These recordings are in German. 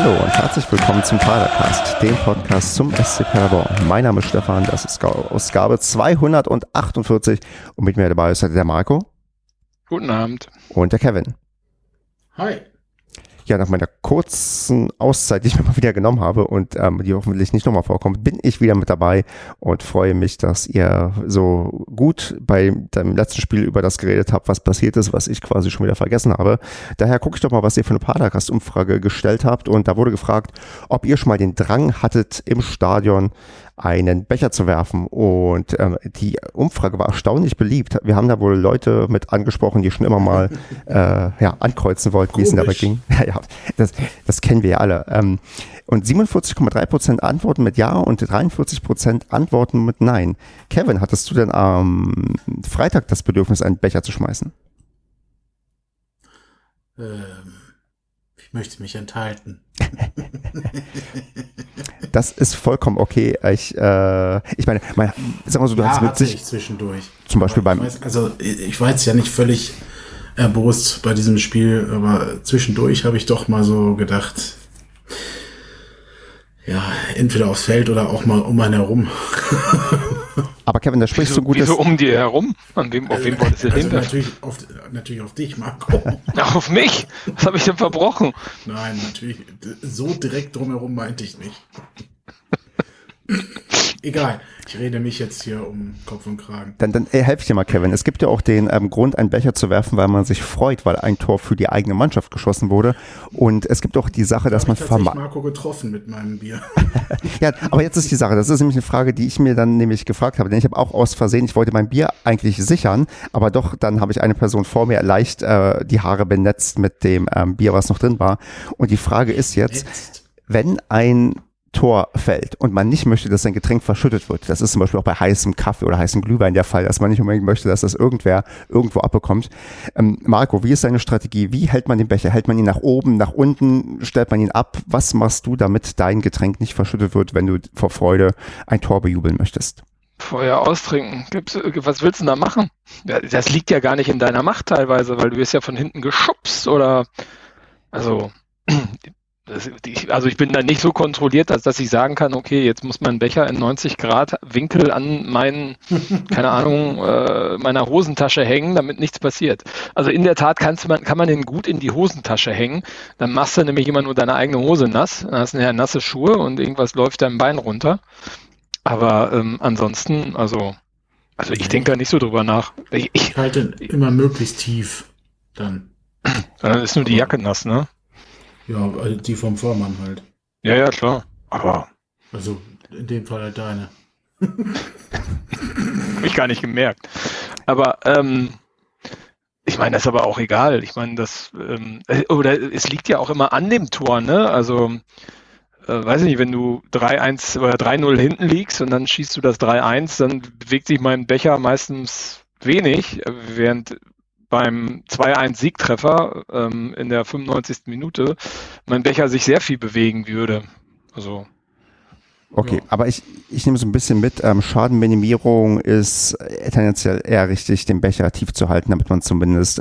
Hallo und herzlich willkommen zum Padercast, dem Podcast zum SC Paderborn. Mein Name ist Stefan, das ist Ausgabe 248 und mit mir dabei ist heute der Marco. Guten Abend. Und der Kevin. Hi. Ja, nach meiner kurzen Auszeit, die ich mir mal wieder genommen habe und die hoffentlich nicht nochmal vorkommt, bin ich wieder mit dabei und freue mich, dass ihr so gut bei dem letzten Spiel über das geredet habt, was passiert ist, was ich quasi schon wieder vergessen habe. Daher gucke ich doch mal, was ihr für eine Padercast-Umfrage gestellt habt, und da wurde gefragt, ob ihr schon mal den Drang hattet, im Stadion einen Becher zu werfen, und die Umfrage war erstaunlich beliebt. Wir haben da wohl Leute mit angesprochen, die schon immer mal ankreuzen wollten, wie es dabei ging. Ja, das kennen wir ja alle. Und 47,3% antworten mit Ja und 43% antworten mit Nein. Kevin, hattest du denn am Freitag das Bedürfnis, einen Becher zu schmeißen? Ich möchte mich enthalten. Das ist vollkommen okay. Ich meine, sag mal so, du hast mit sich zwischendurch. Zum Beispiel ich war jetzt ja nicht völlig erbost bei diesem Spiel, aber zwischendurch habe ich doch mal so gedacht, ja, entweder aufs Feld oder auch mal um einen herum. Aber Kevin, da sprichst du gut. Wieso um dir herum? Auf wem wolltest du hin? Natürlich auf dich, Marco. Ach, auf mich? Was habe ich denn verbrochen? Nein, natürlich. So direkt drumherum meinte ich nicht. Egal, ich rede mich jetzt hier um Kopf und Kragen. Dann helfe ich dir mal, Kevin. Es gibt ja auch den Grund, einen Becher zu werfen, weil man sich freut, weil ein Tor für die eigene Mannschaft geschossen wurde. Und es gibt auch die Sache, dass man Marco getroffen mit meinem Bier. Ja, aber jetzt ist die Sache, das ist nämlich eine Frage, die ich mir dann nämlich gefragt habe, denn ich habe auch aus Versehen, ich wollte mein Bier eigentlich sichern, aber doch, dann habe ich eine Person vor mir leicht die Haare benetzt mit dem Bier, was noch drin war. Und die Frage ist jetzt, wenn ein Tor fällt und man nicht möchte, dass sein Getränk verschüttet wird. Das ist zum Beispiel auch bei heißem Kaffee oder heißem Glühwein der Fall, dass man nicht unbedingt möchte, dass das irgendwer irgendwo abbekommt. Marco, wie ist deine Strategie? Wie hält man den Becher? Hält man ihn nach oben, nach unten? Stellt man ihn ab? Was machst du, damit dein Getränk nicht verschüttet wird, wenn du vor Freude ein Tor bejubeln möchtest? Vorher austrinken. Was willst du denn da machen? Das liegt ja gar nicht in deiner Macht teilweise, weil du wirst ja von hinten geschubst oder ich bin da nicht so kontrolliert, als dass ich sagen kann, okay, jetzt muss mein Becher in 90 Grad Winkel an meinen, meiner Hosentasche hängen, damit nichts passiert. Also in der Tat kann man den gut in die Hosentasche hängen. Dann machst du nämlich immer nur deine eigene Hose nass, dann hast du ja nasse Schuhe und irgendwas läuft deinem Bein runter. Aber ansonsten, ich denke da nicht so drüber nach. Ich halte immer möglichst tief dann. Dann ist nur die Jacke nass, ne? Ja, die vom Vormann halt. Ja, klar. Aber. Also, in dem Fall halt deine. Hab ich gar nicht gemerkt. Aber, ich meine, das ist aber auch egal. Ich meine, es liegt ja auch immer an dem Tor, ne? Also, weiß ich nicht, wenn du 3-1 oder 3-0 hinten liegst und dann schießt du das 3-1, dann bewegt sich mein Becher meistens wenig, während beim 2-1 Siegtreffer in der 95. Minute mein Becher sich sehr viel bewegen würde. Also. Okay, ja. Aber ich nehme so ein bisschen mit, Schadenminimierung ist tendenziell eher richtig, den Becher tief zu halten, damit man zumindest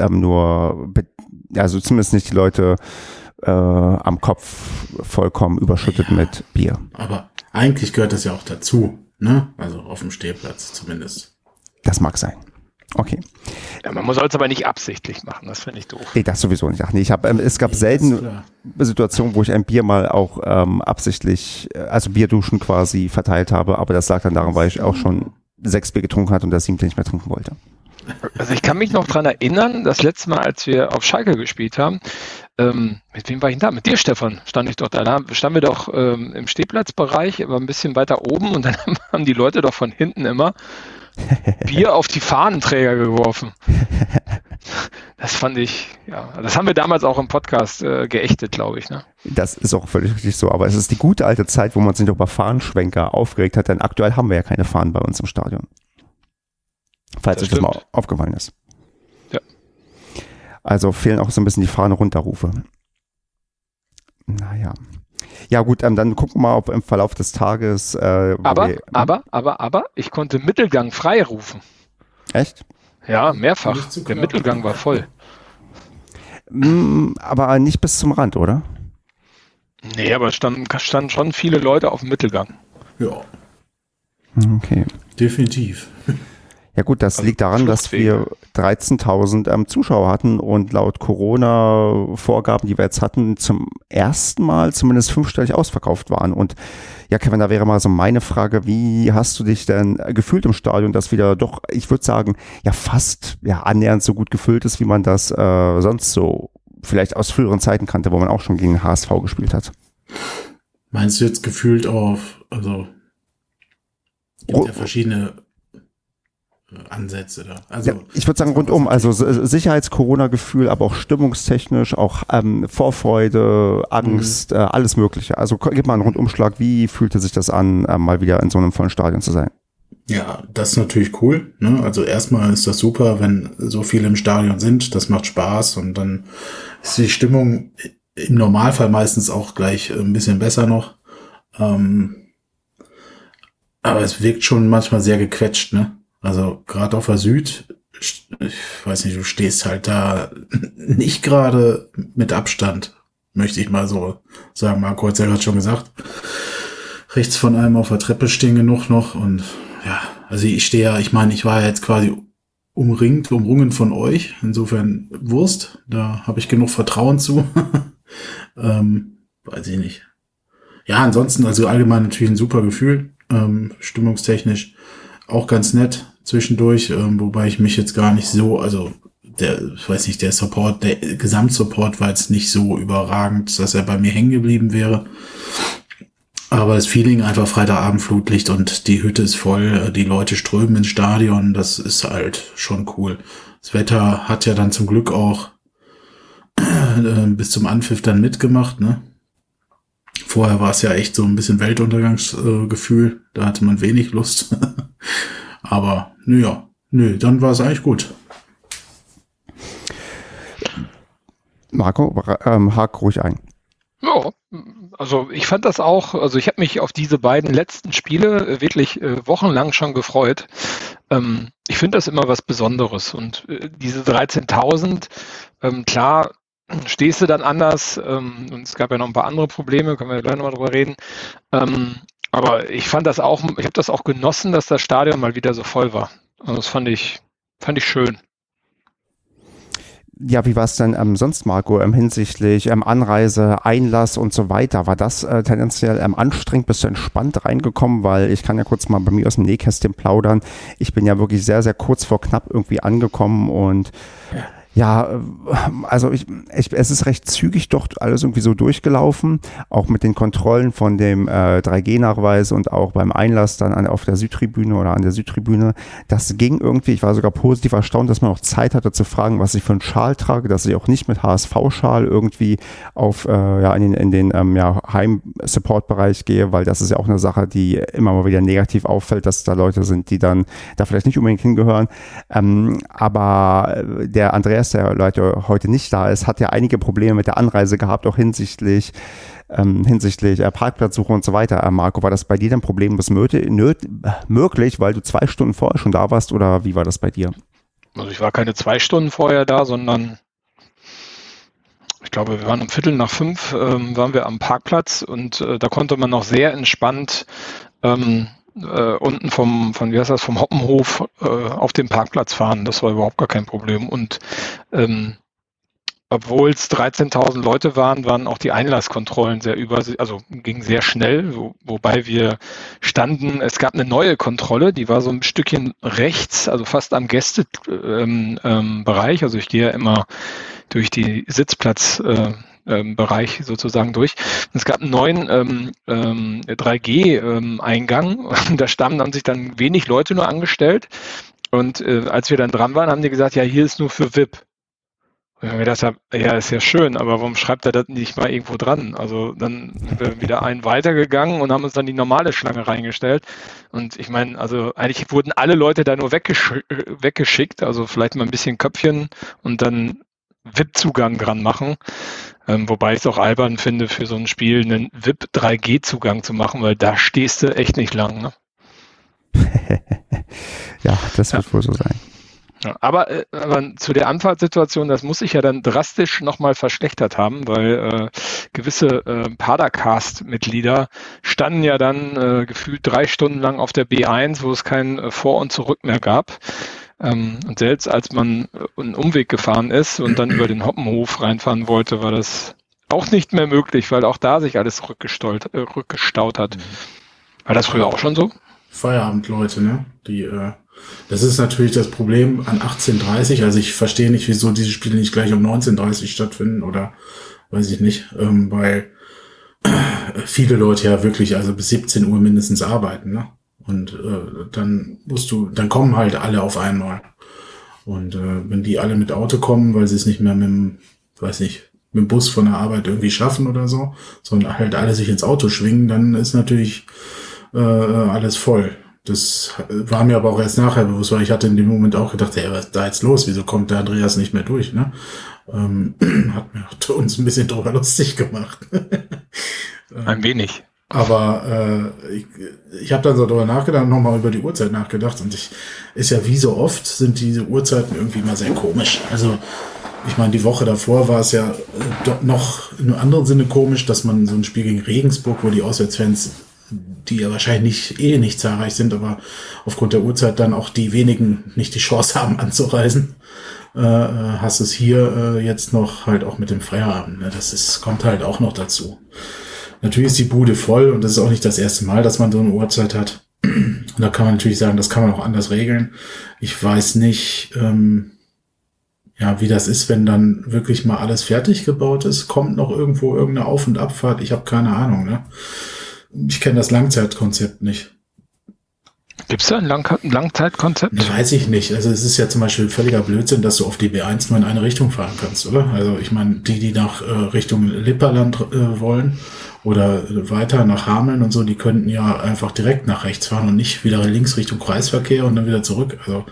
zumindest nicht die Leute am Kopf vollkommen überschüttet mit Bier. Aber eigentlich gehört das ja auch dazu, ne? Also auf dem Stehplatz zumindest. Das mag sein. Okay. Ja, man soll es aber nicht absichtlich machen, das finde ich doof. Nee, das sowieso nicht. Ach nee, es gab selten Situationen, wo ich ein Bier mal auch absichtlich, also Bierduschen quasi verteilt habe, aber das lag dann daran, weil ich auch schon 6 Bier getrunken hatte und das 7. nicht mehr trinken wollte. Also ich kann mich noch dran erinnern, das letzte Mal, als wir auf Schalke gespielt haben, mit wem war ich denn da? Mit dir, Stefan, stand ich doch da. Da standen wir doch im Stehplatzbereich, aber ein bisschen weiter oben, und dann haben die Leute doch von hinten immer Bier auf die Fahnenträger geworfen. Das fand ich, das haben wir damals auch im Podcast geächtet, glaube ich. Ne? Das ist auch völlig richtig so, aber es ist die gute alte Zeit, wo man sich noch über Fahnenschwenker aufgeregt hat, denn aktuell haben wir ja keine Fahnen bei uns im Stadion. Falls euch das mal aufgefallen ist. Ja. Also fehlen auch so ein bisschen die Fahne-Runterrufe. Naja. Ja gut, dann gucken wir mal, ob im Verlauf des Tages... Aber, ich konnte Mittelgang frei rufen. Echt? Ja, mehrfach. Der Mittelgang war voll. Aber nicht bis zum Rand, oder? Nee, aber standen schon viele Leute auf dem Mittelgang. Ja. Okay. Definitiv. Ja gut, das liegt daran, dass wir 13.000 Zuschauer hatten und laut Corona-Vorgaben, die wir jetzt hatten, zum ersten Mal zumindest 5-stellig ausverkauft waren. Und ja, Kevin, da wäre mal so meine Frage, wie hast du dich denn gefühlt im Stadion, das wieder doch, ich würde sagen, ja fast annähernd so gut gefüllt ist, wie man das sonst so vielleicht aus früheren Zeiten kannte, wo man auch schon gegen HSV gespielt hat? Meinst du jetzt gefühlt also gibt ja verschiedene Ansätze da. Also, ja, ich würde sagen rundum, also Sicherheits-Corona-Gefühl, aber auch stimmungstechnisch, auch Vorfreude, Angst, alles Mögliche. Also gib mal einen Rundumschlag, wie fühlte sich das an, mal wieder in so einem vollen Stadion zu sein? Ja, das ist natürlich cool. Ne? Also erstmal ist das super, wenn so viele im Stadion sind, das macht Spaß und dann ist die Stimmung im Normalfall meistens auch gleich ein bisschen besser noch. Aber es wirkt schon manchmal sehr gequetscht, ne? Also gerade auf der Süd, ich weiß nicht, du stehst halt da nicht gerade mit Abstand, möchte ich mal so sagen. Marco hat es ja gerade schon gesagt. Rechts von einem auf der Treppe stehen genug noch und ja, also ich war ja jetzt quasi umrungen von euch. Insofern Wurst, da habe ich genug Vertrauen zu. Weiß ich nicht. Ja, ansonsten, also allgemein natürlich ein super Gefühl, stimmungstechnisch auch ganz nett zwischendurch, wobei ich mich jetzt gar nicht so, also der Gesamtsupport war jetzt nicht so überragend, dass er bei mir hängen geblieben wäre. Aber das Feeling einfach Freitagabend Flutlicht und die Hütte ist voll, die Leute strömen ins Stadion, das ist halt schon cool. Das Wetter hat ja dann zum Glück auch bis zum Anpfiff dann mitgemacht, ne? Vorher war es ja echt so ein bisschen Weltuntergangsgefühl, da hatte man wenig Lust. Aber dann war es eigentlich gut. Marco, hak ruhig ein. Ja, also ich fand das auch, also ich habe mich auf diese beiden letzten Spiele wirklich wochenlang schon gefreut. Ich finde das immer was Besonderes und diese 13.000, klar, stehst du dann anders und es gab ja noch ein paar andere Probleme, können wir gleich nochmal drüber reden. Aber ich habe das auch genossen, dass das Stadion mal wieder so voll war. Also das fand ich schön. Ja, wie war es denn sonst, Marco, hinsichtlich Anreise, Einlass und so weiter? War das tendenziell anstrengend? Bist du entspannt reingekommen? Weil ich kann ja kurz mal bei mir aus dem Nähkästchen plaudern. Ich bin ja wirklich sehr, sehr kurz vor knapp irgendwie angekommen und ja, also es ist recht zügig doch alles irgendwie so durchgelaufen, auch mit den Kontrollen von dem 3G-Nachweis und auch beim Einlass dann auf der Südtribüne oder an der Südtribüne. Das ging irgendwie, ich war sogar positiv erstaunt, dass man auch Zeit hatte zu fragen, was ich für einen Schal trage, dass ich auch nicht mit HSV-Schal irgendwie in den Heim-Support-Bereich gehe, weil das ist ja auch eine Sache, die immer mal wieder negativ auffällt, dass da Leute sind, die dann da vielleicht nicht unbedingt hingehören. Aber der Andreas, der Leute heute nicht da ist, hat ja einige Probleme mit der Anreise gehabt, auch hinsichtlich Parkplatzsuche und so weiter. Marco, war das bei dir dann problemlos möglich, weil du 2 Stunden vorher schon da warst oder wie war das bei dir? Also ich war keine 2 Stunden vorher da, sondern ich glaube, wir waren um 4:45 waren wir am Parkplatz und da konnte man noch sehr entspannt unten vom Hoppenhof auf den Parkplatz fahren. Das war überhaupt gar kein Problem. Und obwohl es 13.000 Leute waren auch die Einlasskontrollen gingen sehr schnell, wobei wir standen, es gab eine neue Kontrolle, die war so ein Stückchen rechts, also fast am Gästebereich. Also ich gehe ja immer durch die Sitzplatzbereich sozusagen durch. Es gab einen neuen 3G-Eingang und da haben sich dann wenig Leute nur angestellt und als wir dann dran waren, haben die gesagt, ja, hier ist nur für VIP. Und ich habe mir gedacht, ja, ist ja schön, aber warum schreibt er das nicht mal irgendwo dran? Also dann sind wir wieder einen weitergegangen und haben uns dann die normale Schlange reingestellt und ich meine, also eigentlich wurden alle Leute da nur weggeschickt, also vielleicht mal ein bisschen Köpfchen und dann VIP-Zugang dran machen. Wobei ich es auch albern finde, für so ein Spiel einen VIP-3G-Zugang zu machen, weil da stehst du echt nicht lang. Ne? Ja, das wird wohl so sein. Ja, aber zu der Anfahrtssituation, das muss sich ja dann drastisch nochmal verschlechtert haben, weil gewisse Padercast-Mitglieder standen ja dann gefühlt 3 Stunden lang auf der B1, wo es kein Vor- und Zurück mehr gab. Und selbst als man einen Umweg gefahren ist und dann über den Hoppenhof reinfahren wollte, war das auch nicht mehr möglich, weil auch da sich alles rückgestaut hat. War das früher auch schon so? Feierabendleute, ne? Das ist natürlich das Problem an 18:30. Also ich verstehe nicht, wieso diese Spiele nicht gleich um 19:30 stattfinden oder weiß ich nicht, weil viele Leute ja wirklich also bis 17 Uhr mindestens arbeiten, ne? Und dann kommen halt alle auf einmal. Und wenn die alle mit Auto kommen, weil sie es nicht mehr mit dem Bus von der Arbeit irgendwie schaffen oder so, sondern halt alle sich ins Auto schwingen, dann ist natürlich alles voll. Das war mir aber auch erst nachher bewusst, weil ich hatte in dem Moment auch gedacht, hey, was ist da jetzt los? Wieso kommt der Andreas nicht mehr durch? Ne? Hat uns ein bisschen drüber lustig gemacht. Ein wenig. Aber ich habe dann so drüber nachgedacht, nochmal über die Uhrzeit nachgedacht und ist ja wie so oft, sind diese Uhrzeiten irgendwie mal sehr komisch. Also ich meine, die Woche davor war es ja noch in einem anderen Sinne komisch, dass man so ein Spiel gegen Regensburg, wo die Auswärtsfans, die ja wahrscheinlich nicht zahlreich sind, aber aufgrund der Uhrzeit dann auch die wenigen nicht die Chance haben anzureisen, hast es hier jetzt noch halt auch mit dem Feierabend. Ne? Kommt halt auch noch dazu. Natürlich ist die Bude voll und das ist auch nicht das erste Mal, dass man so eine Uhrzeit hat. Und da kann man natürlich sagen, das kann man auch anders regeln. Ich weiß nicht, wie das ist, wenn dann wirklich mal alles fertig gebaut ist. Kommt noch irgendwo irgendeine Auf- und Abfahrt? Ich habe keine Ahnung. Ne? Ich kenne das Langzeitkonzept nicht. Gibt es da ein Langzeitkonzept? Weiß ich nicht. Also es ist ja zum Beispiel völliger Blödsinn, dass du auf die B1 nur in eine Richtung fahren kannst, oder? Also ich meine, die nach Richtung Lipperland wollen oder weiter nach Hameln und so, die könnten ja einfach direkt nach rechts fahren und nicht wieder links Richtung Kreisverkehr und dann wieder zurück. Also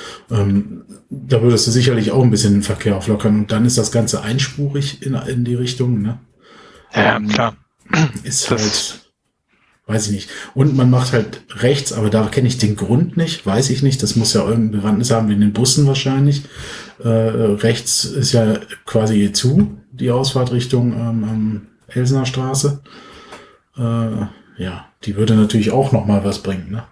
da würdest du sicherlich auch ein bisschen den Verkehr auflockern und dann ist das Ganze einspurig in die Richtung. Ne? Ja, klar. Ist halt... Weiß ich nicht. Und man macht halt rechts, aber da kenne ich den Grund nicht, weiß ich nicht. Das muss ja irgendeine Bewandtnis haben wie in den Bussen wahrscheinlich. Rechts ist ja quasi zu, die Ausfahrt Richtung Elsener Straße. Die würde natürlich auch noch mal was bringen. Ne?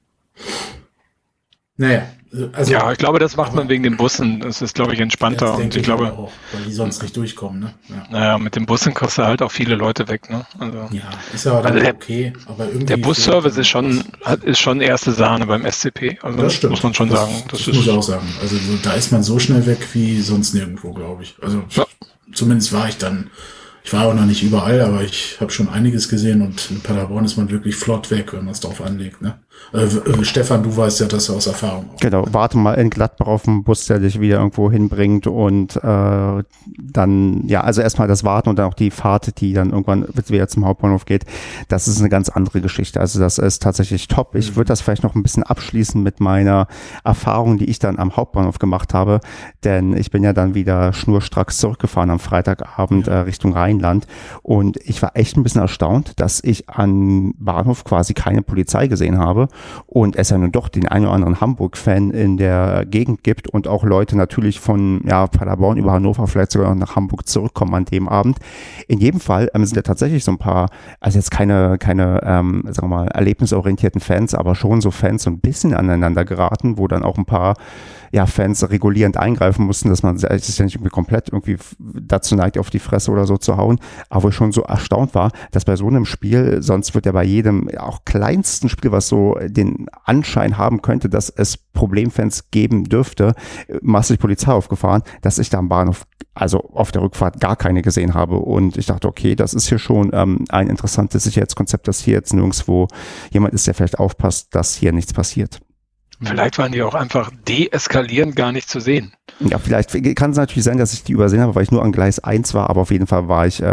Naja. Also, ja, ich glaube, das macht man wegen den Bussen. Das ist, glaube ich, entspannter. Und ich glaube auch, weil die sonst nicht durchkommen. Ne? Ja. Naja, mit den Bussen kriegst du halt auch viele Leute weg. Ne? Also, ja, ist ja dann okay. Aber irgendwie der Busservice ist schon erste Sahne beim SCP. Also das stimmt. Muss man schon sagen. Das muss ich auch sagen. Also da ist man so schnell weg wie sonst nirgendwo, glaube ich. Also zumindest ich war auch noch nicht überall, aber ich habe schon einiges gesehen und in Paderborn ist man wirklich flott weg, wenn man es drauf anlegt. Ne? Stefan, du weißt ja das aus Erfahrung. Genau, warte mal in Gladbach auf den Bus, der dich wieder irgendwo hinbringt und dann, also erstmal das Warten und dann auch die Fahrt, die dann irgendwann wieder zum Hauptbahnhof geht, das ist eine ganz andere Geschichte. Also das ist tatsächlich top. Ich würde das vielleicht noch ein bisschen abschließen mit meiner Erfahrung, die ich dann am Hauptbahnhof gemacht habe, denn ich bin ja dann wieder schnurstracks zurückgefahren am Freitagabend Richtung Rheinland und ich war echt ein bisschen erstaunt, dass ich am Bahnhof quasi keine Polizei gesehen habe und es ja nun doch den einen oder anderen Hamburg-Fan in der Gegend gibt und auch Leute natürlich von Paderborn über Hannover vielleicht sogar noch nach Hamburg zurückkommen an dem Abend. In jedem Fall sind ja tatsächlich so ein paar, also jetzt keine sagen wir mal, erlebnisorientierten Fans, aber schon so Fans so ein bisschen aneinander geraten, wo dann auch ein paar Fans regulierend eingreifen mussten, dass man sich ja nicht irgendwie komplett irgendwie dazu neigt, auf die Fresse oder so zu hauen, aber wo ich schon so erstaunt war, dass bei so einem Spiel, sonst wird ja bei jedem auch kleinsten Spiel, was so den Anschein haben könnte, dass es Problemfans geben dürfte, massig Polizei aufgefahren, dass ich da am Bahnhof, also auf der Rückfahrt, gar keine gesehen habe und ich dachte, okay, das ist hier schon ein interessantes Sicherheitskonzept, dass hier jetzt nirgendwo jemand ist, der vielleicht aufpasst, dass hier nichts passiert. Vielleicht waren die auch einfach deeskalierend gar nicht zu sehen. Ja, vielleicht kann es natürlich sein, dass ich die übersehen habe, weil ich nur an Gleis 1 war, aber auf jeden Fall war ich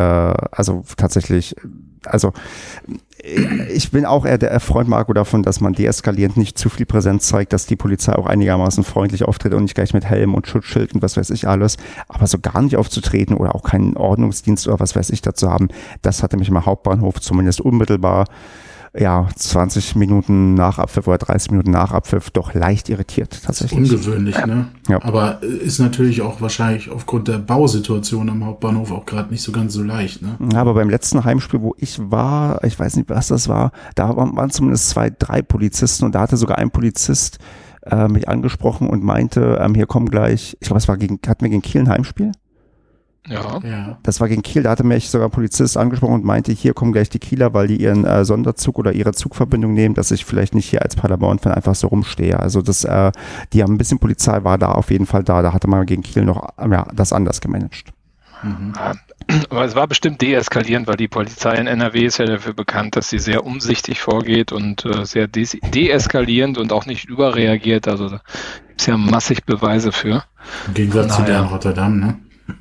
ich bin auch eher der Freund, Marco, davon, dass man deeskalierend nicht zu viel Präsenz zeigt, dass die Polizei auch einigermaßen freundlich auftritt und nicht gleich mit Helm und Schutzschild und was weiß ich alles, aber so gar nicht aufzutreten oder auch keinen Ordnungsdienst oder was weiß ich dazu haben, das hatte mich am Hauptbahnhof zumindest unmittelbar 20 Minuten nach Abpfiff oder 30 Minuten nach Abpfiff doch leicht irritiert tatsächlich. Ungewöhnlich, ne? Ja. Aber ist natürlich auch wahrscheinlich aufgrund der Bausituation am Hauptbahnhof auch gerade nicht so ganz so leicht, ne? Aber beim letzten Heimspiel, wo ich war, ich weiß nicht, was das war, da waren zumindest 2-3 Polizisten und da hatte sogar ein Polizist mich angesprochen und meinte, hier kommen gleich, ich glaube, hatten wir gegen Kiel ein Heimspiel? Ja. Das war gegen Kiel, da hatte mich sogar ein Polizist angesprochen und meinte, hier kommen gleich die Kieler, weil die ihren Sonderzug oder ihre Zugverbindung nehmen, dass ich vielleicht nicht hier als Paderborn-Fan einfach so rumstehe. Also die haben ein bisschen Polizei, war da auf jeden Fall da hatte man gegen Kiel noch das anders gemanagt. Mhm. Aber es war bestimmt deeskalierend, weil die Polizei in NRW ist ja dafür bekannt, dass sie sehr umsichtig vorgeht und sehr deeskalierend und auch nicht überreagiert. Also da gibt es ja massig Beweise für. Im Gegensatz zu der in Rotterdam, ne?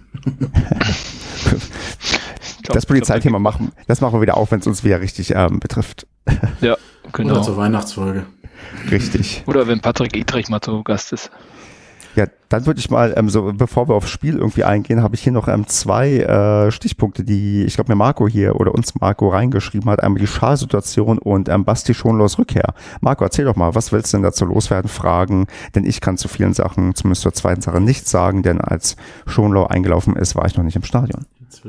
Das Polizeithema machen wir wieder auf, wenn es uns wieder richtig betrifft. Ja, genau. Oder zur Weihnachtsfolge. Richtig. Oder wenn Patrick Edrich mal zu Gast ist. Ja, dann würde ich mal, bevor wir aufs Spiel irgendwie eingehen, habe ich hier noch 2 Stichpunkte, die ich glaube mir Marco hier oder uns Marco reingeschrieben hat. Einmal die Schal-Situation und Basti Schonlaus Rückkehr. Marco, erzähl doch mal, was willst du denn dazu loswerden, fragen? Denn ich kann zu vielen Sachen, zumindest zur zweiten Sache, nichts sagen, denn als Schonlau eingelaufen ist, war ich noch nicht im Stadion.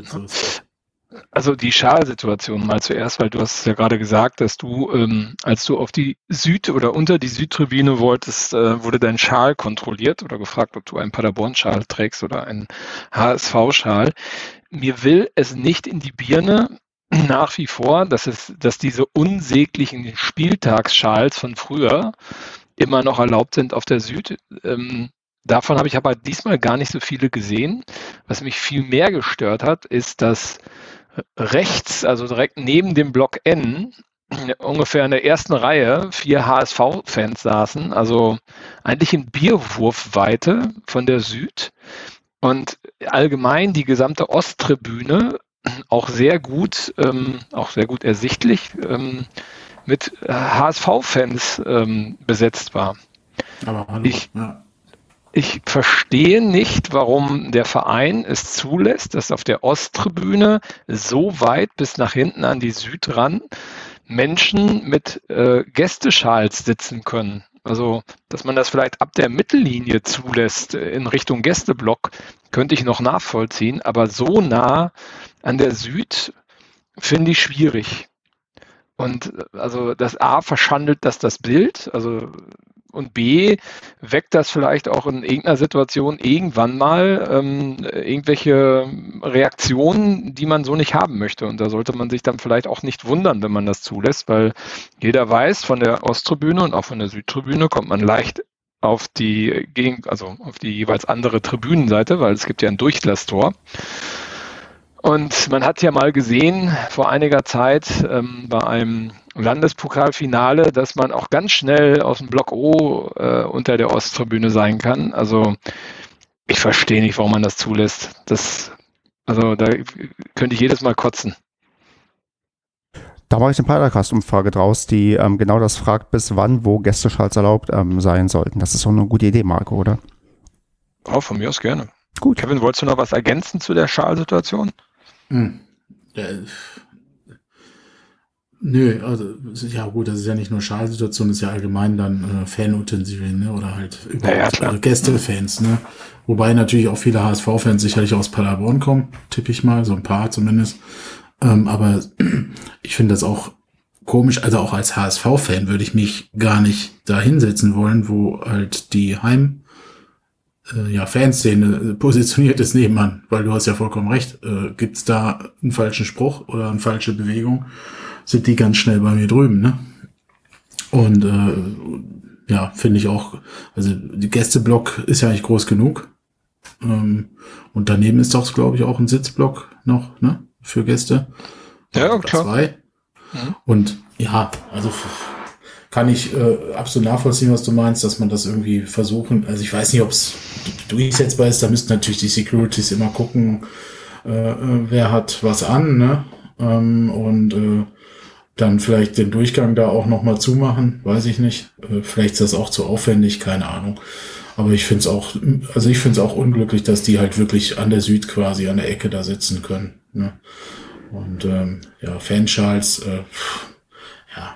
Also die Schal-Situation mal zuerst, weil du hast ja gerade gesagt, dass du, als du auf die Süd- oder unter die Südtribüne wolltest, wurde dein Schal kontrolliert oder gefragt, ob du einen Paderborn-Schal trägst oder einen HSV-Schal. Mir will es nicht in die Birne nach wie vor, dass diese unsäglichen Spieltagsschals von früher immer noch erlaubt sind auf der Süd. Davon habe ich aber diesmal gar nicht so viele gesehen. Was mich viel mehr gestört hat, ist, dass rechts, also direkt neben dem Block N, ungefähr in der ersten Reihe 4 HSV-Fans saßen, also eigentlich in Bierwurfweite von der Süd und allgemein die gesamte Osttribüne auch sehr gut ersichtlich mit HSV-Fans besetzt war. Aber hallo, Ich verstehe nicht, warum der Verein es zulässt, dass auf der Osttribüne so weit bis nach hinten an die Süd ran Menschen mit Gästeschals sitzen können. Also, dass man das vielleicht ab der Mittellinie zulässt in Richtung Gästeblock, könnte ich noch nachvollziehen, aber so nah an der Süd finde ich schwierig. Und also das A verschandelt das Bild, und B, weckt das vielleicht auch in irgendeiner Situation irgendwann mal irgendwelche Reaktionen, die man so nicht haben möchte. Und da sollte man sich dann vielleicht auch nicht wundern, wenn man das zulässt, weil jeder weiß, von der Osttribüne und auch von der Südtribüne kommt man leicht auf die jeweils andere Tribünenseite, weil es gibt ja ein Durchlasstor. Und man hat ja mal gesehen vor einiger Zeit bei einem Landespokalfinale, dass man auch ganz schnell aus dem Block O unter der Osttribüne sein kann. Also ich verstehe nicht, warum man das zulässt. Da könnte ich jedes Mal kotzen. Da mache ich eine Padercast-Umfrage draus, die genau das fragt, bis wann wo Gästeschals erlaubt sein sollten. Das ist doch eine gute Idee, Marco, oder? Oh, von mir aus gerne. Gut. Kevin, wolltest du noch was ergänzen zu der Schalsituation? Nö, also ja gut, das ist ja nicht nur Schalsituation, das ist ja allgemein dann Fanutensilien, ne? Oder halt überhaupt Gästefans, ne? Wobei natürlich auch viele HSV-Fans sicherlich aus Paderborn kommen, tippe ich mal, so ein paar zumindest. Aber ich finde das auch komisch, also auch als HSV-Fan würde ich mich gar nicht da hinsetzen wollen, wo halt die Fanszene positioniert ist nebenan, weil du hast ja vollkommen recht. Gibt's da einen falschen Spruch oder eine falsche Bewegung, sind die ganz schnell bei mir drüben, ne? Und finde ich auch, also die Gästeblock ist ja nicht groß genug. Und daneben ist doch, glaube ich, auch ein Sitzblock noch, ne? Für Gäste. Ja, klar. 2. Mhm. Und ja, also kann ich absolut nachvollziehen, was du meinst, dass man das irgendwie versuchen, also ich weiß nicht, ob es durchsetzbar ist, da müssten natürlich die Securities immer gucken, wer hat was an, ne? Und dann vielleicht den Durchgang da auch nochmal zumachen, weiß ich nicht. Vielleicht ist das auch zu aufwendig, keine Ahnung. Aber ich finde es auch unglücklich, dass die halt wirklich an der Süd quasi an der Ecke da sitzen können, ne? Und Fanschals,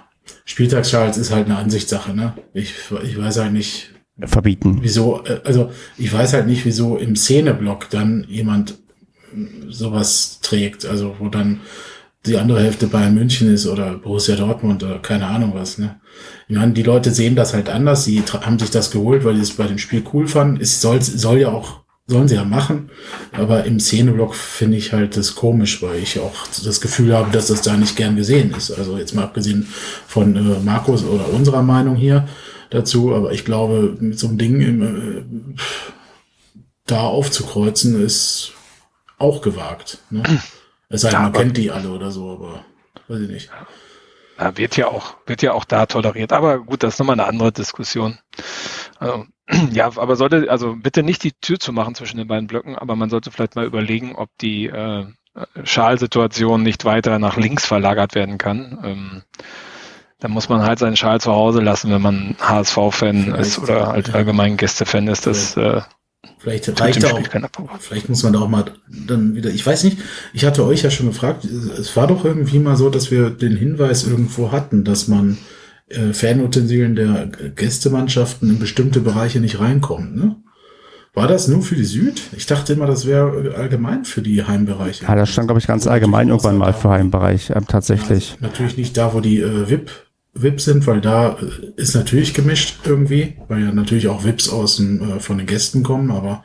Spieltagsschals ist halt eine Ansichtssache, ne? Ich weiß halt nicht, verbieten. wieso, also ich weiß halt nicht, wieso im Szeneblock dann jemand sowas trägt, also wo dann die andere Hälfte Bayern München ist oder Borussia Dortmund oder keine Ahnung was, ne? Ich meine, die Leute sehen das halt anders, sie haben sich das geholt, weil sie es bei dem Spiel cool fanden. Es sollen sie ja machen, aber im Szeneblock finde ich halt das komisch, weil ich auch das Gefühl habe, dass das da nicht gern gesehen ist. Also jetzt mal abgesehen von Markus oder unserer Meinung hier dazu, aber ich glaube, mit so einem Ding da aufzukreuzen ist auch gewagt, ne? Es sei denn, man kennt die alle oder so, aber weiß ich nicht. Ja, wird ja auch da toleriert. Aber gut, das ist nochmal eine andere Diskussion. Also, ja, aber bitte nicht die Tür zu machen zwischen den beiden Blöcken, aber man sollte vielleicht mal überlegen, ob die Schalsituation nicht weiter nach links verlagert werden kann. Da muss man halt seinen Schal zu Hause lassen, wenn man HSV-Fan ist oder halt allgemein Gäste-Fan ist. Das vielleicht reicht auch. Vielleicht muss man da auch mal dann wieder, ich weiß nicht, ich hatte euch ja schon gefragt, es war doch irgendwie mal so, dass wir den Hinweis irgendwo hatten, dass man Fanutensilien der Gästemannschaften in bestimmte Bereiche nicht reinkommt, ne? War das nur für die Süd? Ich dachte immer, das wäre allgemein für die Heimbereiche. Ja, das stand, glaube ich, ganz allgemein irgendwann mal für Heimbereich, tatsächlich. Ja, natürlich nicht da, wo die VIP sind, weil da ist natürlich gemischt irgendwie, weil ja natürlich auch VIPs von den Gästen kommen, aber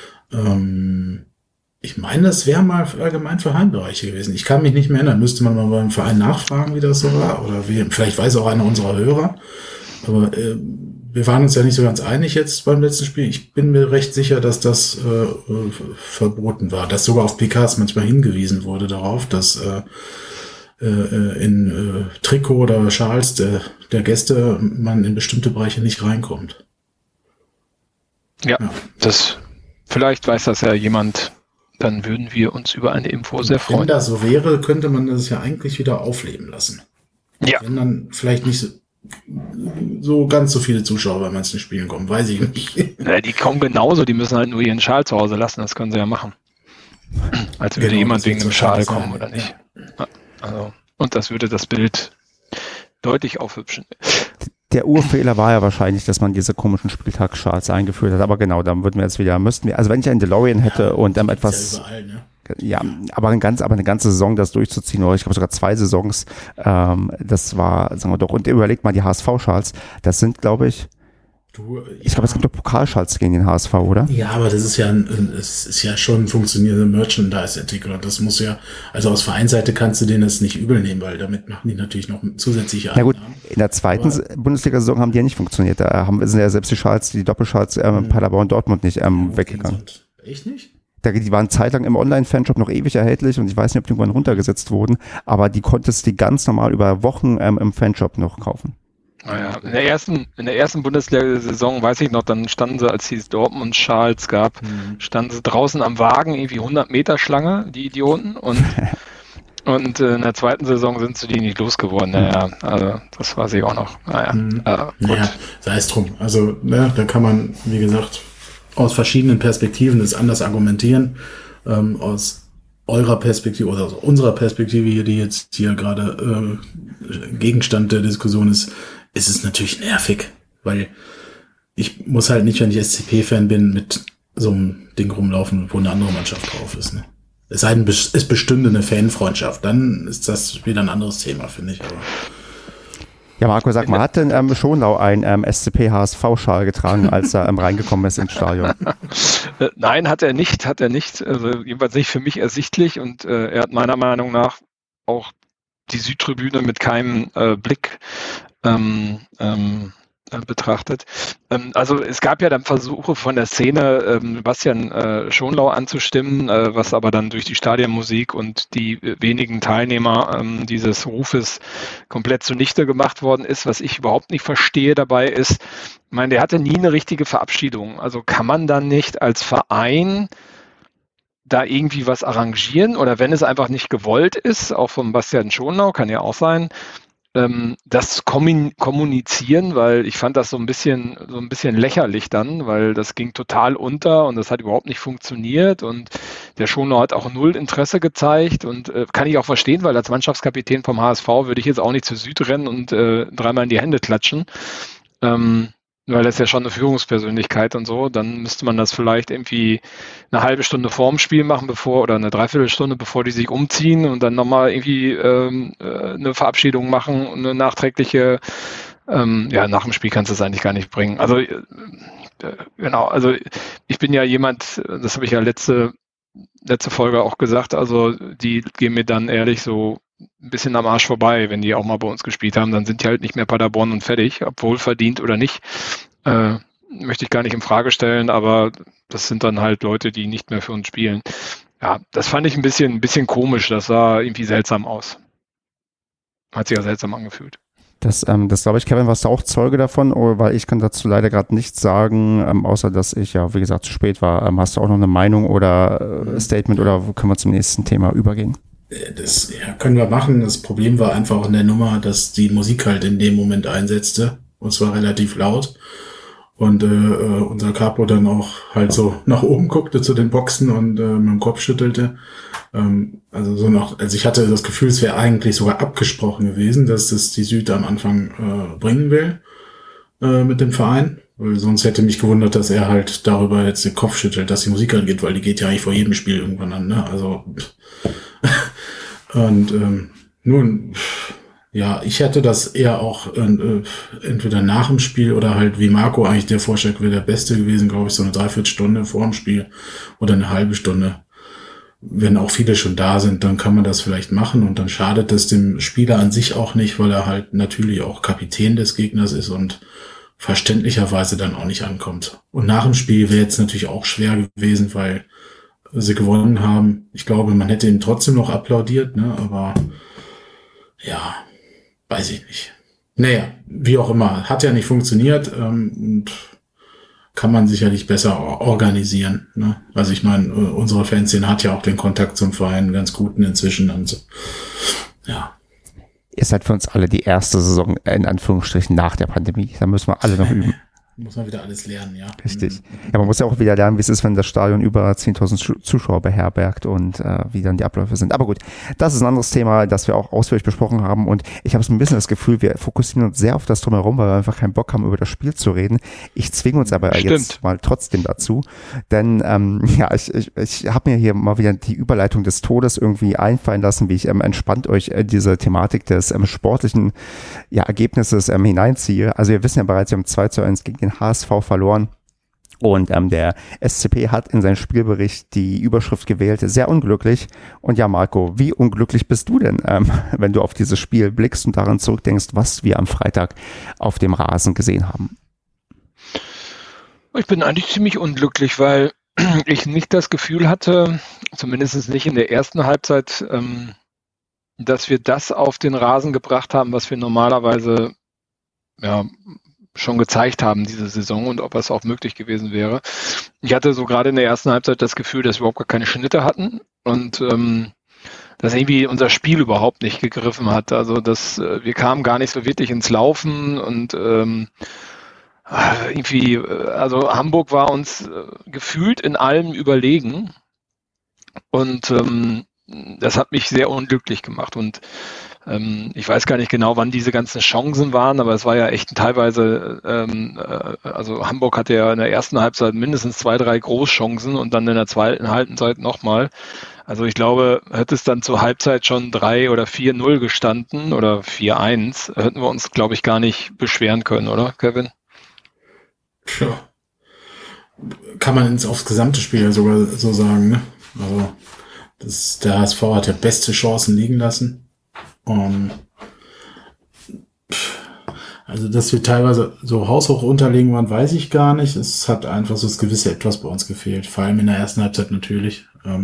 ich meine, das wäre mal allgemein für Heimbereiche gewesen. Ich kann mich nicht mehr erinnern, müsste man mal beim Verein nachfragen, wie das so war, oder vielleicht weiß auch einer unserer Hörer, aber wir waren uns ja nicht so ganz einig jetzt beim letzten Spiel. Ich bin mir recht sicher, dass das verboten war, dass sogar auf PKs manchmal hingewiesen wurde darauf, dass in Trikot oder Schals der Gäste man in bestimmte Bereiche nicht reinkommt. Ja. Vielleicht weiß das ja jemand, dann würden wir uns über eine Info sehr freuen. Wenn das so wäre, könnte man das ja eigentlich wieder aufleben lassen. Ja. Wenn dann vielleicht nicht so ganz so viele Zuschauer bei manchen Spielen kommen, weiß ich nicht. Ja, die kommen genauso, die müssen halt nur ihren Schal zu Hause lassen, das können sie ja machen. Als würde jemand wegen dem Schal kommen, oder nicht. Ja. Also, und das würde das Bild deutlich aufhübschen. Der Urfehler war ja wahrscheinlich, dass man diese komischen Spieltagsschals eingeführt hat. Aber genau, dann müssten wir, also wenn ich einen DeLorean hätte und etwas, ja überall, ne? Ja, aber eine ganze Saison das durchzuziehen, oder ich glaube sogar 2 Saisons, das war, sagen wir doch, und überlegt mal die HSV-Schals, das sind, glaube ich, ich glaube, es gibt doch Pokalschals gegen den HSV, oder? Ja, aber das ist ja es ist ja schon ein funktionierender Merchandise-Artikel. Das muss ja, also aus Vereinsseite kannst du denen das nicht übel nehmen, weil damit machen die natürlich noch zusätzliche Einnahmen. Na gut, in der zweiten Bundesliga-Saison haben die ja nicht funktioniert. Da sind ja selbst die Doppelschals Paderborn und Dortmund nicht weggegangen. Echt nicht? Die waren zeitlang im Online-Fanshop noch ewig erhältlich und ich weiß nicht, ob die irgendwann runtergesetzt wurden, aber die konntest du ganz normal über Wochen im Fanshop noch kaufen. Naja, in der ersten Bundesliga-Saison, weiß ich noch, dann standen sie, als es hieß Dortmund-Schals gab, standen sie draußen am Wagen, irgendwie 100 Meter Schlange, die Idioten, und in der zweiten Saison sind sie die nicht losgeworden. Naja, also das weiß ich auch noch. Gut. Naja, sei es drum. Also, ne, da kann man, wie gesagt, aus verschiedenen Perspektiven das anders argumentieren. Aus eurer Perspektive oder aus unserer Perspektive hier, die jetzt hier gerade Gegenstand der Diskussion ist es natürlich nervig, weil ich muss halt nicht, wenn ich SCP-Fan bin, mit so einem Ding rumlaufen, wo eine andere Mannschaft drauf ist. Ne? Es sei denn, es bestünde eine Fanfreundschaft, dann ist das wieder ein anderes Thema, finde ich. Aber ja, Marco, sag mal, hat denn Schonlau einen SCP-HSV-Schal getragen, als er reingekommen ist ins Stadion? Nein, hat er nicht. Also jedenfalls nicht für mich ersichtlich und er hat meiner Meinung nach auch die Südtribüne mit keinem Blick betrachtet. Also es gab ja dann Versuche von der Szene, Bastian Schonlau anzustimmen, was aber dann durch die Stadionmusik und die wenigen Teilnehmer dieses Rufes komplett zunichte gemacht worden ist. Was ich überhaupt nicht verstehe dabei ist, ich meine, der hatte nie eine richtige Verabschiedung. Also kann man dann nicht als Verein da irgendwie was arrangieren oder wenn es einfach nicht gewollt ist, auch von Bastian Schonlau, kann ja auch sein, das kommunizieren, weil ich fand das so ein bisschen lächerlich dann, weil das ging total unter und das hat überhaupt nicht funktioniert und der Schonau hat auch null Interesse gezeigt und kann ich auch verstehen, weil als Mannschaftskapitän vom HSV würde ich jetzt auch nicht zur Süd rennen und dreimal in die Hände klatschen, weil das ist ja schon eine Führungspersönlichkeit und so, dann müsste man das vielleicht irgendwie eine halbe Stunde vorm Spiel machen, oder eine Dreiviertelstunde, bevor die sich umziehen und dann nochmal irgendwie eine Verabschiedung machen, eine nachträgliche, nach dem Spiel kannst du es eigentlich gar nicht bringen. Also genau, also ich bin ja jemand, das habe ich ja letzte Folge auch gesagt, also die gehen mir dann ehrlich so ein bisschen am Arsch vorbei, wenn die auch mal bei uns gespielt haben, dann sind die halt nicht mehr Paderborn und fertig, obwohl verdient oder nicht. Möchte ich gar nicht in Frage stellen, aber das sind dann halt Leute, die nicht mehr für uns spielen. Ja, das fand ich ein bisschen komisch, das sah irgendwie seltsam aus. Hat sich ja seltsam angefühlt. Das glaube ich, Kevin, warst du auch Zeuge davon, weil ich kann dazu leider gerade nichts sagen, außer dass ich ja, wie gesagt, zu spät war. Hast du auch noch eine Meinung oder Statement oder können wir zum nächsten Thema übergehen? Das können wir machen. Das Problem war einfach in der Nummer, dass die Musik halt in dem Moment einsetzte und zwar relativ laut und unser Capo dann auch halt so nach oben guckte zu den Boxen und mit dem Kopf schüttelte. Also ich hatte das Gefühl, es wäre eigentlich sogar abgesprochen gewesen, dass das die Süd am Anfang bringen will mit dem Verein. Weil sonst hätte mich gewundert, dass er halt darüber jetzt den Kopf schüttelt, dass die Musik angeht, weil die geht ja eigentlich vor jedem Spiel irgendwann an, ne? Also und nun, ja, ich hätte das eher auch entweder nach dem Spiel oder halt wie Marco eigentlich der Vorschlag wäre der beste gewesen, glaube ich, so eine Dreiviertelstunde vor dem Spiel oder eine halbe Stunde. Wenn auch viele schon da sind, dann kann man das vielleicht machen und dann schadet es dem Spieler an sich auch nicht, weil er halt natürlich auch Kapitän des Gegners ist und verständlicherweise dann auch nicht ankommt. Und nach dem Spiel wäre jetzt natürlich auch schwer gewesen, weil sie gewonnen haben. Ich glaube, man hätte ihm trotzdem noch applaudiert, ne? Aber ja, weiß ich nicht. Naja, wie auch immer, hat ja nicht funktioniert und kann man sicherlich besser organisieren, ne? Also ich meine, unsere Fanszene hat ja auch den Kontakt zum Verein ganz guten inzwischen und so. Ja. Ihr seid für uns alle die erste Saison in Anführungsstrichen nach der Pandemie. Da müssen wir alle noch üben. Muss man wieder alles lernen, ja. Richtig. Ja, man muss ja auch wieder lernen, wie es ist, wenn das Stadion über 10.000 Zuschauer beherbergt und wie dann die Abläufe sind. Aber gut, das ist ein anderes Thema, das wir auch ausführlich besprochen haben und ich habe so ein bisschen das Gefühl, wir fokussieren uns sehr auf das Drumherum, weil wir einfach keinen Bock haben, über das Spiel zu reden. Ich zwinge uns aber jetzt mal trotzdem dazu, denn ich habe mir hier mal wieder die Überleitung des Todes irgendwie einfallen lassen, wie ich entspannt euch diese Thematik des sportlichen Ergebnisses hineinziehe. Also wir wissen ja bereits, wir haben 2:1 gegen den HSV verloren und der SCP hat in seinem Spielbericht die Überschrift gewählt, sehr unglücklich. Und ja, Marco, wie unglücklich bist du denn, wenn du auf dieses Spiel blickst und daran zurückdenkst, was wir am Freitag auf dem Rasen gesehen haben? Ich bin eigentlich ziemlich unglücklich, weil ich nicht das Gefühl hatte, zumindest nicht in der ersten Halbzeit, dass wir das auf den Rasen gebracht haben, was wir normalerweise schon gezeigt haben diese Saison und ob es auch möglich gewesen wäre. Ich hatte so gerade in der ersten Halbzeit das Gefühl, dass wir überhaupt gar keine Schnitte hatten und dass irgendwie unser Spiel überhaupt nicht gegriffen hat. Also wir kamen gar nicht so wirklich ins Laufen und also Hamburg war uns gefühlt in allem überlegen und das hat mich sehr unglücklich gemacht und ich weiß gar nicht genau, wann diese ganzen Chancen waren, aber es war ja echt teilweise, also Hamburg hatte ja in der ersten Halbzeit mindestens 2, 3 Großchancen und dann in der zweiten Halbzeit nochmal. Also ich glaube, hätte es dann zur Halbzeit schon 3 oder 4-0 gestanden oder 4-1, hätten wir uns, glaube ich, gar nicht beschweren können, oder, Kevin? Ja. Kann man aufs gesamte Spiel ja sogar so sagen, ne? Also der HSV hat ja beste Chancen liegen lassen. Also, dass wir teilweise so haushoch unterlegen waren, weiß ich gar nicht. Es hat einfach so das gewisse Etwas bei uns gefehlt. Vor allem in der ersten Halbzeit natürlich.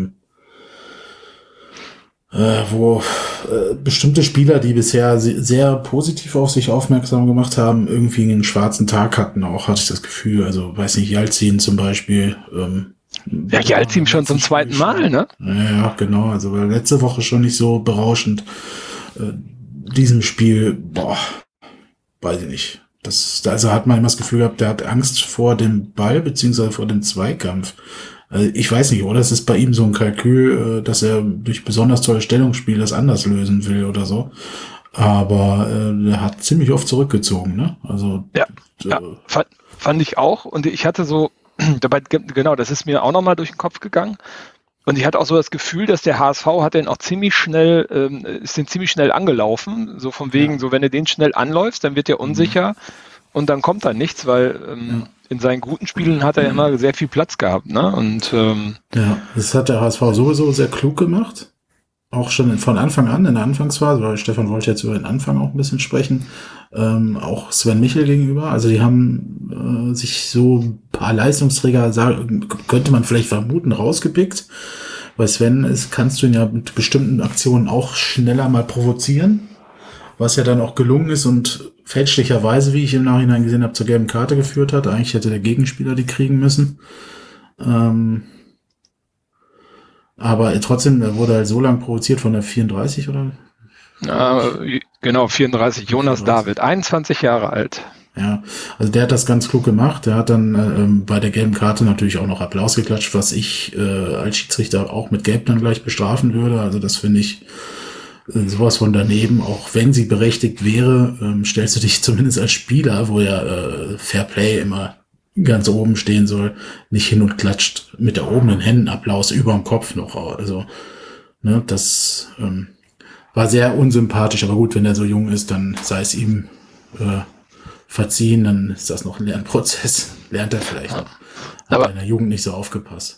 Wo bestimmte Spieler, die bisher sehr positiv auf sich aufmerksam gemacht haben, irgendwie einen schwarzen Tag hatten. Auch hatte ich das Gefühl. Also, weiß nicht, Yalcin zum Beispiel. Ja, Yalcin schon zum zweiten Mal, ne? Ja, genau. Also war letzte Woche schon nicht so berauschend. diesem Spiel, weiß ich nicht. Also hat man immer das Gefühl gehabt, der hat Angst vor dem Ball, beziehungsweise vor dem Zweikampf. Also ich weiß nicht, oder? Es ist bei ihm so ein Kalkül, dass er durch besonders tolle Stellungsspiel das anders lösen will oder so. Aber er hat ziemlich oft zurückgezogen, ne? Also fand ich auch. Und ich hatte so, dabei, genau, das ist mir auch nochmal durch den Kopf gegangen. Und ich hatte auch so das Gefühl, dass der HSV hat den auch ziemlich schnell, ist den ziemlich schnell angelaufen. So von wegen, so wenn du den schnell anläufst, dann wird der unsicher und dann kommt da nichts, weil in seinen guten Spielen hat er immer sehr viel Platz gehabt, ne? Und das hat der HSV sowieso sehr klug gemacht. Auch schon von Anfang an, in der Anfangsphase, weil Stefan wollte jetzt über den Anfang auch ein bisschen sprechen, auch Sven Michel gegenüber. Also die haben sich so ein paar Leistungsträger, könnte man vielleicht vermuten, rausgepickt. Bei Sven kannst du ihn ja mit bestimmten Aktionen auch schneller mal provozieren, was ja dann auch gelungen ist und fälschlicherweise, wie ich im Nachhinein gesehen habe, zur gelben Karte geführt hat. Eigentlich hätte der Gegenspieler die kriegen müssen. Aber trotzdem, er wurde halt so lang provoziert von der 34, oder? Genau, 34. Jonas 34. David, 21 Jahre alt. Ja, also der hat das ganz klug gemacht. Der hat dann bei der gelben Karte natürlich auch noch Applaus geklatscht, was ich als Schiedsrichter auch mit Gelb dann gleich bestrafen würde. Also das finde ich sowas von daneben. Auch wenn sie berechtigt wäre, stellst du dich zumindest als Spieler, wo ja Fair Play immer ganz oben stehen soll, nicht hin und klatscht mit erhobenen Händen Applaus über dem Kopf noch. Also, ne, das war sehr unsympathisch, aber gut, wenn er so jung ist, dann sei es ihm verziehen, dann ist das noch ein Lernprozess. Lernt er vielleicht noch. Hat er in der Jugend nicht so aufgepasst.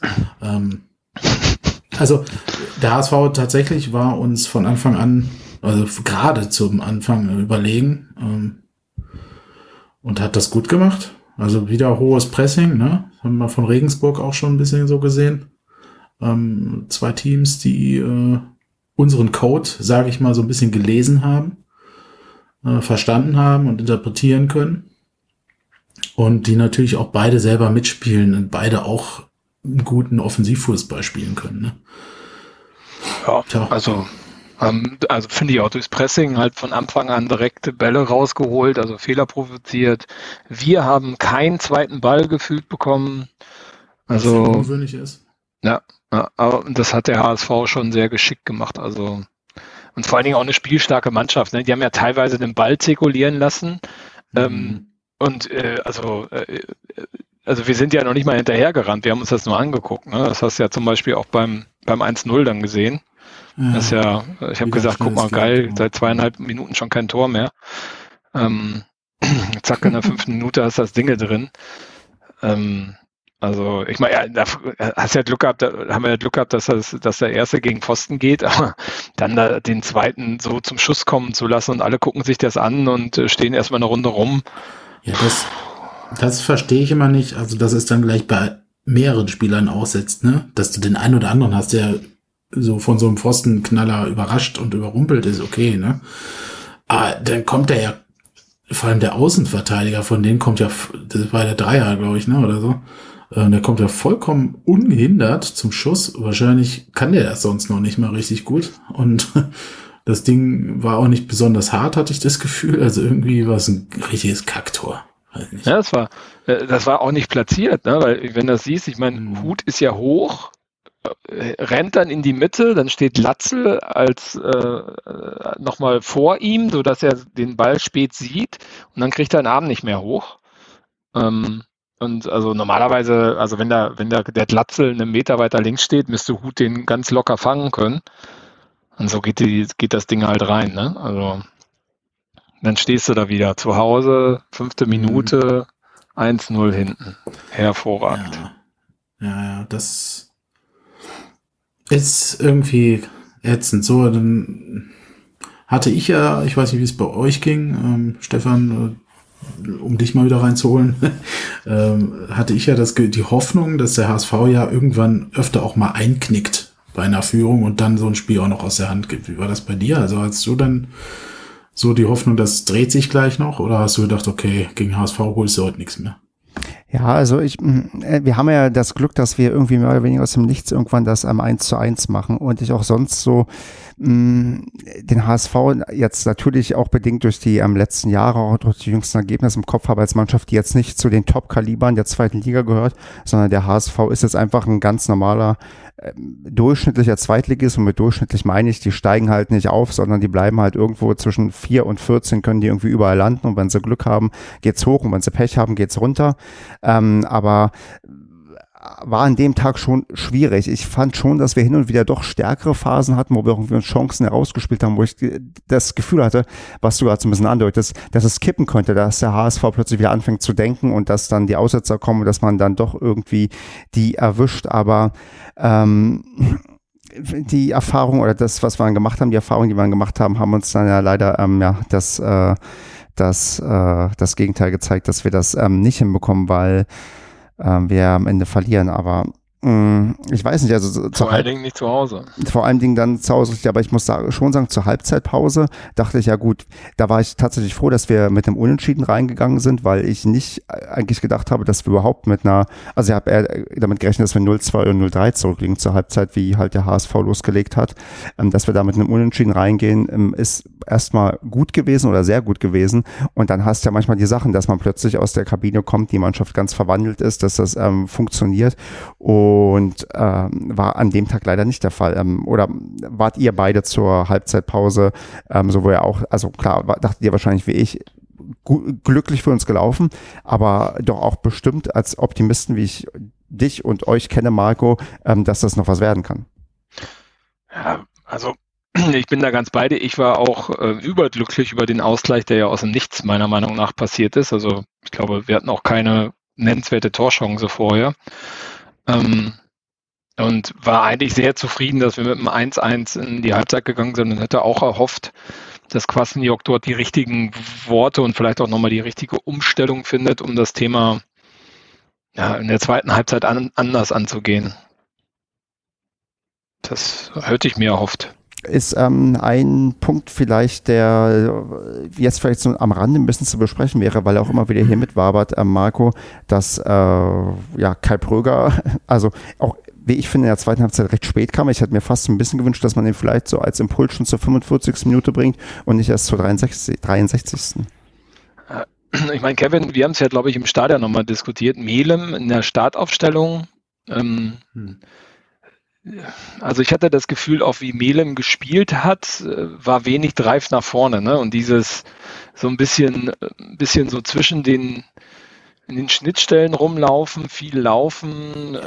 Also, der HSV tatsächlich war uns von Anfang an, also gerade zum Anfang überlegen und hat das gut gemacht. Also wieder hohes Pressing, ne? Haben wir von Regensburg auch schon ein bisschen so gesehen. 2 Teams, die unseren Code, sage ich mal, so ein bisschen gelesen haben, verstanden haben und interpretieren können. Und die natürlich auch beide selber mitspielen und beide auch einen guten Offensivfußball spielen können, ne? Ja, also finde ich auch durchs Pressing halt von Anfang an direkte Bälle rausgeholt, also Fehler provoziert. Wir haben keinen zweiten Ball gefühlt bekommen. Also was ungewöhnlich ist. Ja, aber das hat der HSV schon sehr geschickt gemacht. Also und vor allen Dingen auch eine spielstarke Mannschaft. Ne? Die haben ja teilweise den Ball zirkulieren lassen. Und also wir sind ja noch nicht mal hinterhergerannt. Wir haben uns das nur angeguckt. Ne? Das hast du ja zum Beispiel auch beim 1-0 dann gesehen. Das ist ja, ich habe gesagt, guck mal, geil, seit 2,5 Minuten schon kein Tor mehr. Zack, in der 5. Minute hast du das Ding drin. Also, ich meine, da hast ja Glück gehabt, haben wir ja Glück gehabt, dass der erste gegen Pfosten geht, aber dann da den zweiten so zum Schuss kommen zu lassen und alle gucken sich das an und stehen erstmal eine Runde rum. Ja, das verstehe ich immer nicht. Also, dass es dann gleich bei mehreren Spielern aussetzt, ne? Dass du den einen oder anderen hast, der so von so einem Pfostenknaller überrascht und überrumpelt ist, okay, ne? Aber dann kommt der ja, vor allem der Außenverteidiger, von denen kommt ja, das war der Dreier, glaube ich, ne, oder so. Der kommt ja vollkommen ungehindert zum Schuss. Wahrscheinlich kann der das sonst noch nicht mal richtig gut. Und das Ding war auch nicht besonders hart, hatte ich das Gefühl. Also irgendwie war es ein richtiges Kacktor. Ja, das war auch nicht platziert, ne? Weil wenn du das siehst, ich meine, Hut ist ja hoch, rennt dann in die Mitte, dann steht Latzel als nochmal vor ihm, sodass er den Ball spät sieht und dann kriegt er den Arm nicht mehr hoch. Und also normalerweise, also wenn der Latzel einen Meter weiter links steht, müsste Hut den ganz locker fangen können. Und so geht das Ding halt rein, ne? Also dann stehst du da wieder zu Hause, 5. Minute, 1-0 hinten. Hervorragend. Ja, das ist irgendwie ätzend. So, dann hatte ich ja, ich weiß nicht, wie es bei euch ging, Stefan, um dich mal wieder reinzuholen, hatte ich ja die Hoffnung, dass der HSV ja irgendwann öfter auch mal einknickt bei einer Führung und dann so ein Spiel auch noch aus der Hand gibt. Wie war das bei dir? Also hast du dann so die Hoffnung, das dreht sich gleich noch, oder hast du gedacht, okay, gegen HSV holst du heute nichts mehr? Ja, also wir haben ja das Glück, dass wir irgendwie mehr oder weniger aus dem Nichts irgendwann das 1:1 machen und ich auch sonst so den HSV jetzt natürlich auch bedingt durch die letzten Jahre, auch durch die jüngsten Ergebnisse im Kopf habe als Mannschaft, die jetzt nicht zu den Top-Kalibern der zweiten Liga gehört, sondern der HSV ist jetzt einfach ein ganz normaler durchschnittlicher Zweitligist und mit durchschnittlich meine ich, die steigen halt nicht auf, sondern die bleiben halt irgendwo zwischen 4 und 14, können die irgendwie überall landen und wenn sie Glück haben, geht's hoch und wenn sie Pech haben, geht's runter. Aber war an dem Tag schon schwierig. Ich fand schon, dass wir hin und wieder doch stärkere Phasen hatten, wo wir irgendwie uns Chancen herausgespielt haben, wo ich das Gefühl hatte, was du gerade so ein bisschen andeutest, dass es kippen könnte, dass der HSV plötzlich wieder anfängt zu denken und dass dann die Aussetzer kommen, dass man dann doch irgendwie die erwischt. Aber die Erfahrung oder das, was wir dann gemacht haben, die Erfahrung, die wir dann gemacht haben, haben uns dann ja leider das Gegenteil gezeigt, dass wir das nicht hinbekommen, weil wir am Ende verlieren, aber ich weiß nicht, also vor allen Dingen nicht zu Hause. Vor allen Dingen dann zu Hause, aber ich muss schon sagen, zur Halbzeitpause dachte ich, ja gut, da war ich tatsächlich froh, dass wir mit dem Unentschieden reingegangen sind, weil ich nicht eigentlich gedacht habe, dass wir überhaupt also ich habe eher damit gerechnet, dass wir 0:2 oder 0:3 zurückliegen zur Halbzeit, wie halt der HSV losgelegt hat. Dass wir da mit einem Unentschieden reingehen, ist erstmal gut gewesen oder sehr gut gewesen und dann hast du ja manchmal die Sachen, dass man plötzlich aus der Kabine kommt, die Mannschaft ganz verwandelt ist, dass das funktioniert und war an dem Tag leider nicht der Fall. Oder wart ihr beide zur Halbzeitpause, so wo ihr auch, also klar, dachtet ihr wahrscheinlich wie ich, glücklich für uns gelaufen, aber doch auch bestimmt als Optimisten, wie ich dich und euch kenne, Marco, dass das noch was werden kann. Ja, also ich bin da ganz bei dir. Ich war auch überglücklich über den Ausgleich, der ja aus dem Nichts meiner Meinung nach passiert ist. Also ich glaube, wir hatten auch keine nennenswerte Torchance vorher. Und war eigentlich sehr zufrieden, dass wir mit dem 1:1 in die Halbzeit gegangen sind und hätte auch erhofft, dass Kwasniok dort die richtigen Worte und vielleicht auch nochmal die richtige Umstellung findet, um das Thema in der zweiten Halbzeit anders anzugehen. Das hätte ich mir erhofft. Ist ein Punkt vielleicht, der jetzt vielleicht so am Rande ein bisschen zu besprechen wäre, weil er auch immer wieder hier mitwabert, Marco, dass Kai Pröger, also auch wie ich finde, in der zweiten Halbzeit recht spät kam. Ich hätte mir fast ein bisschen gewünscht, dass man ihn vielleicht so als Impuls schon zur 45. Minute bringt und nicht erst zur 63. Ich meine, Kevin, wir haben es ja, glaube ich, im Stadion nochmal diskutiert. Melem in der Startaufstellung, also ich hatte das Gefühl, auch wie Melem gespielt hat, war wenig Drive nach vorne, ne? Und dieses so ein bisschen so zwischen in den Schnittstellen rumlaufen, viel laufen.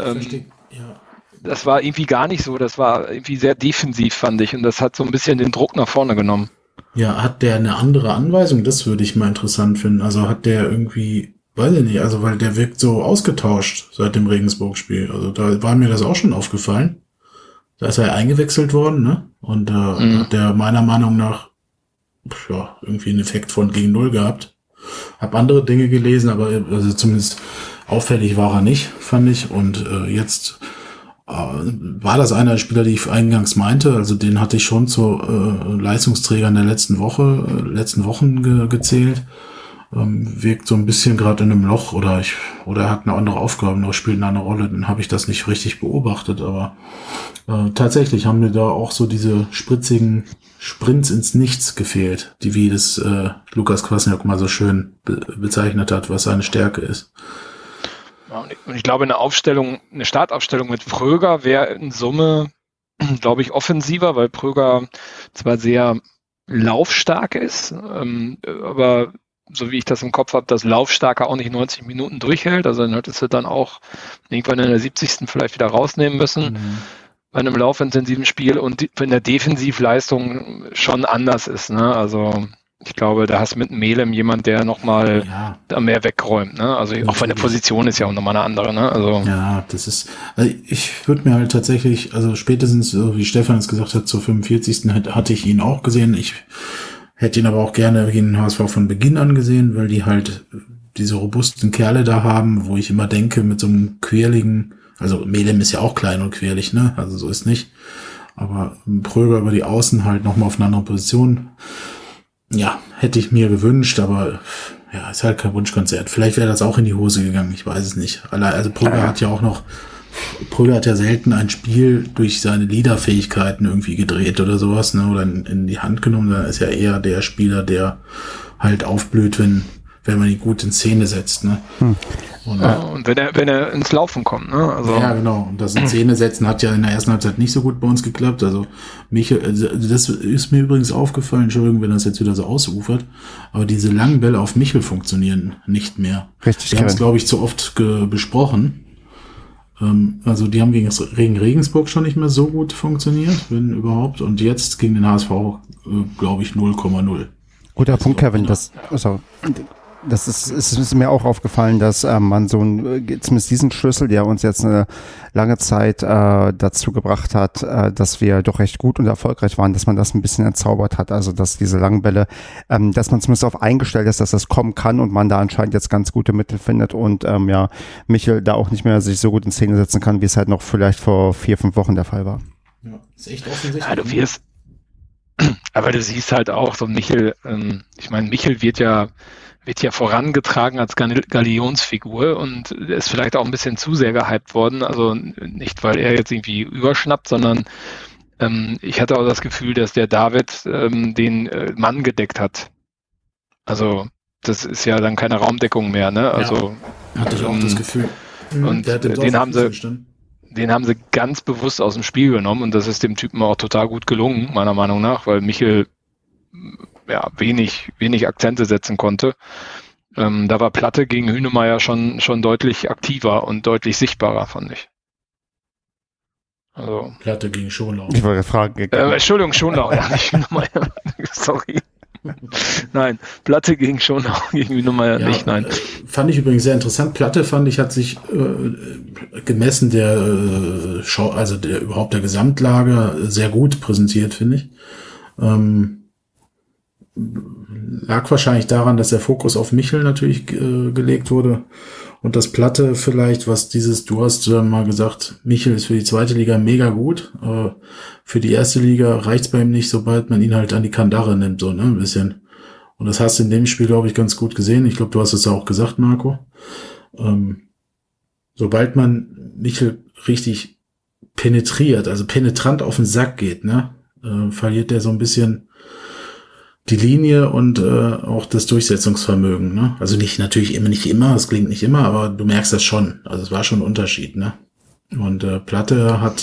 Das war irgendwie gar nicht so, das war irgendwie sehr defensiv, fand ich. Und das hat so ein bisschen den Druck nach vorne genommen. Ja, hat der eine andere Anweisung? Das würde ich mal interessant finden. Also hat der irgendwie, weiß ich nicht, also weil der wirkt so ausgetauscht seit dem Regensburg-Spiel. Also da war mir das auch schon aufgefallen. Da ist er eingewechselt worden, ne? Und hat der meiner Meinung nach irgendwie einen Effekt von gegen 0 gehabt. Hab andere Dinge gelesen, aber also zumindest auffällig war er nicht, fand ich. Und jetzt war das einer der Spieler, die ich eingangs meinte. Also den hatte ich schon zu Leistungsträgern der letzten Wochen gezählt. Wirkt so ein bisschen gerade in einem Loch oder er hat eine andere Aufgabe, noch spielt eine Rolle. Dann habe ich das nicht richtig beobachtet. Aber tatsächlich haben mir da auch so diese spritzigen Sprints ins Nichts gefehlt, die wie das Lukas Kwasniok mal so schön bezeichnet hat, was seine Stärke ist. Und ich glaube, eine Startaufstellung mit Pröger wäre in Summe, glaube ich, offensiver, weil Pröger zwar sehr laufstark ist, aber so wie ich das im Kopf habe, dass Laufstarker auch nicht 90 Minuten durchhält. Also dann hättest du dann auch irgendwann in der 70. vielleicht wieder rausnehmen müssen. Bei einem laufintensiven Spiel und wenn der Defensivleistung schon anders ist. Ne? Also ich glaube, da hast du mit Melem jemand, der nochmal da mehr wegräumt. Ne? Also auch von der Position ist ja auch nochmal eine andere. Ne? Also ja, das ist, also ich würde mir halt tatsächlich, also spätestens, so wie Stefan es gesagt hat, zur 45. hatte ich ihn auch gesehen. Ich hätte ihn aber auch gerne gegen den HSV von Beginn an gesehen, weil die halt diese robusten Kerle da haben, wo ich immer denke, mit so einem quirligen, also Melem ist ja auch klein und quirlig, ne? Also so ist nicht. Aber Pröger über die Außen halt nochmal auf eine andere Position. Ja, hätte ich mir gewünscht, aber ja, ist halt kein Wunschkonzert. Vielleicht wäre das auch in die Hose gegangen, ich weiß es nicht. Also Pröger hat ja auch noch, Pröger hat ja selten ein Spiel durch seine Leaderfähigkeiten irgendwie gedreht oder sowas, ne, oder in die Hand genommen. Da ist ja eher der Spieler, der halt aufblüht, wenn man ihn gut in Szene setzt, ne. Und wenn er ins Laufen kommt, ne? Also ja, genau. Und das in Szene setzen hat ja in der ersten Halbzeit nicht so gut bei uns geklappt. Also das ist mir übrigens aufgefallen, Entschuldigung, wenn das jetzt wieder so ausufert, aber diese langen Bälle auf Michel funktionieren nicht mehr. Richtig. Wir haben es, glaube ich, zu oft besprochen. Also die haben gegen Regensburg schon nicht mehr so gut funktioniert, wenn überhaupt. Und jetzt gegen den HSV, glaube ich, 0,0. Guter Punkt, Kevin. Das ist mir auch aufgefallen, dass man zumindest diesen Schlüssel, der uns jetzt eine lange Zeit dazu gebracht hat, dass wir doch recht gut und erfolgreich waren, dass man das ein bisschen entzaubert hat. Also dass diese langen Bälle, dass man zumindest darauf eingestellt ist, dass das kommen kann und man da anscheinend jetzt ganz gute Mittel findet und Michel da auch nicht mehr sich so gut in Szene setzen kann, wie es halt noch vielleicht vor 4-5 Wochen der Fall war. Ja, ist echt offensichtlich. Aber du siehst halt auch so Michel, ich meine, Michel wird ja vorangetragen als Galionsfigur und ist vielleicht auch ein bisschen zu sehr gehypt worden. Also nicht, weil er jetzt irgendwie überschnappt, sondern ich hatte auch das Gefühl, dass der David den Mann gedeckt hat. Also das ist ja dann keine Raumdeckung mehr, ne? Also ja, hatte ich auch das Gefühl. Und den haben sie ganz bewusst aus dem Spiel genommen und das ist dem Typen auch total gut gelungen, meiner Meinung nach, weil Michel wenig Akzente setzen konnte. Da war Platte gegen Hünemeyer schon deutlich aktiver und deutlich sichtbarer, fand ich. Also, Platte gegen Schonlau. Ich wollte fragen. Entschuldigung, Schonlau, ja, nicht Hünemeyer. Sorry. Nein, Platte gegen Schonlau, gegen Hünemeyer nicht, nein. Fand ich übrigens sehr interessant. Platte, fand ich, hat sich gemessen der Gesamtlage sehr gut präsentiert, finde ich. Lag wahrscheinlich daran, dass der Fokus auf Michel natürlich gelegt wurde und das Platte vielleicht, du hast mal gesagt, Michel ist für die zweite Liga mega gut, für die erste Liga reicht's bei ihm nicht, sobald man ihn halt an die Kandare nimmt, so, ne, ein bisschen. Und das hast du in dem Spiel, glaube ich, ganz gut gesehen. Ich glaube, du hast es ja auch gesagt, Marco. Sobald man Michel richtig penetriert, also penetrant auf den Sack geht, ne, verliert der so ein bisschen die Linie und auch das Durchsetzungsvermögen, ne? Also nicht immer, es klingt nicht immer, aber du merkst das schon. Also es war schon ein Unterschied, ne? Und Platte hat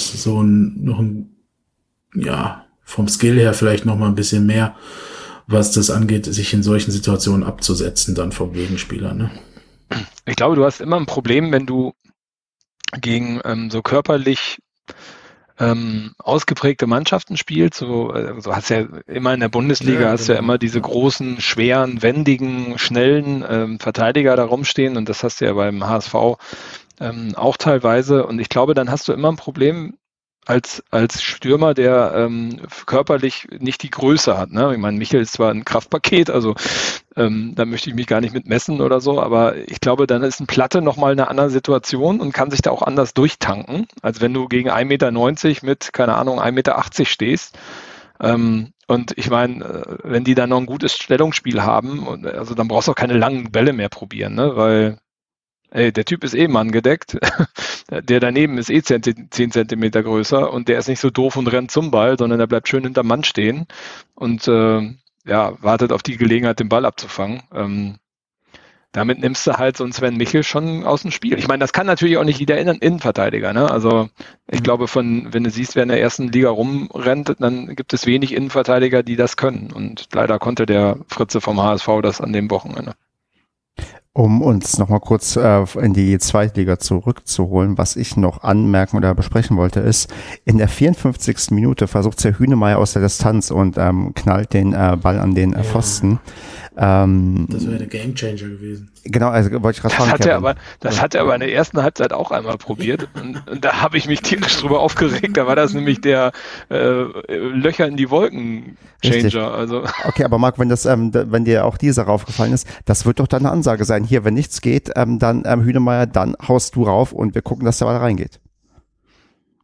vom Skill her vielleicht noch mal ein bisschen mehr, was das angeht, sich in solchen Situationen abzusetzen dann vom Gegenspieler, ne? Ich glaube, du hast immer ein Problem, wenn du gegen so körperlich ausgeprägte Mannschaften spielt, so hast ja immer in der Bundesliga, hast ja immer diese großen, schweren, wendigen, schnellen Verteidiger da rumstehen und das hast du ja beim HSV auch teilweise und ich glaube, dann hast du immer ein Problem als Stürmer, der körperlich nicht die Größe hat, ne? Ich meine, Michel ist zwar ein Kraftpaket, also da möchte ich mich gar nicht mit messen oder so, aber ich glaube, dann ist ein Platte nochmal eine andere Situation und kann sich da auch anders durchtanken, als wenn du gegen 1,90 Meter mit, keine Ahnung, 1,80 Meter stehst. Und ich meine, wenn die dann noch ein gutes Stellungsspiel haben, also dann brauchst du auch keine langen Bälle mehr probieren, ne? Weil der Typ ist Mann gedeckt, der daneben ist 10 Zentimeter größer und der ist nicht so doof und rennt zum Ball, sondern der bleibt schön hinterm Mann stehen und wartet auf die Gelegenheit, den Ball abzufangen. Damit nimmst du halt so einen Sven Michel schon aus dem Spiel. Ich meine, das kann natürlich auch nicht jeder Innenverteidiger, ne? Also ich glaube, wenn du siehst, wer in der ersten Liga rumrennt, dann gibt es wenig Innenverteidiger, die das können. Und leider konnte der Fritze vom HSV das an dem Wochenende. Um uns nochmal kurz in die Zweitliga zurückzuholen, was ich noch anmerken oder besprechen wollte, ist, in der 54. Minute versucht Herr Hünemeyer aus der Distanz und knallt den Ball an den Pfosten. Das wäre der Gamechanger gewesen. Genau, also wollte ich gerade fragen. Das hat er aber in der ersten Halbzeit auch einmal probiert und da habe ich mich tierisch drüber aufgeregt. Da war das nämlich der Löcher in die Wolken Changer. Also. Okay, aber Marc, wenn dir auch dieser raufgefallen ist, das wird doch dann eine Ansage sein. Hier, wenn nichts geht, dann Hünemeyer, dann haust du rauf und wir gucken, dass der Ball reingeht.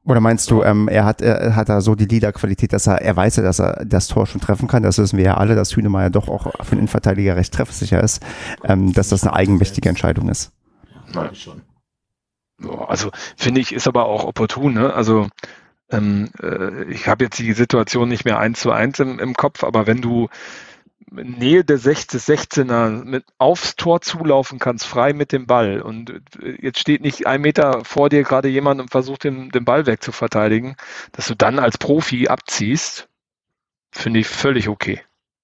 Oder meinst du, er hat da so die Leaderqualität, dass er weiß, dass er das Tor schon treffen kann? Das wissen wir ja alle, dass Hünemeyer doch auch für einen Innenverteidiger recht treffsicher ist, dass das eine eigenmächtige Entscheidung ist. Ja, schon. Also finde ich, ist aber auch opportun. Ne? Also ich habe jetzt die Situation nicht mehr 1:1 im Kopf, aber wenn du in Nähe der 16er aufs Tor zulaufen kannst, frei mit dem Ball und jetzt steht nicht 1 Meter vor dir gerade jemand und versucht den Ball wegzuverteidigen, dass du dann als Profi abziehst, finde ich völlig okay.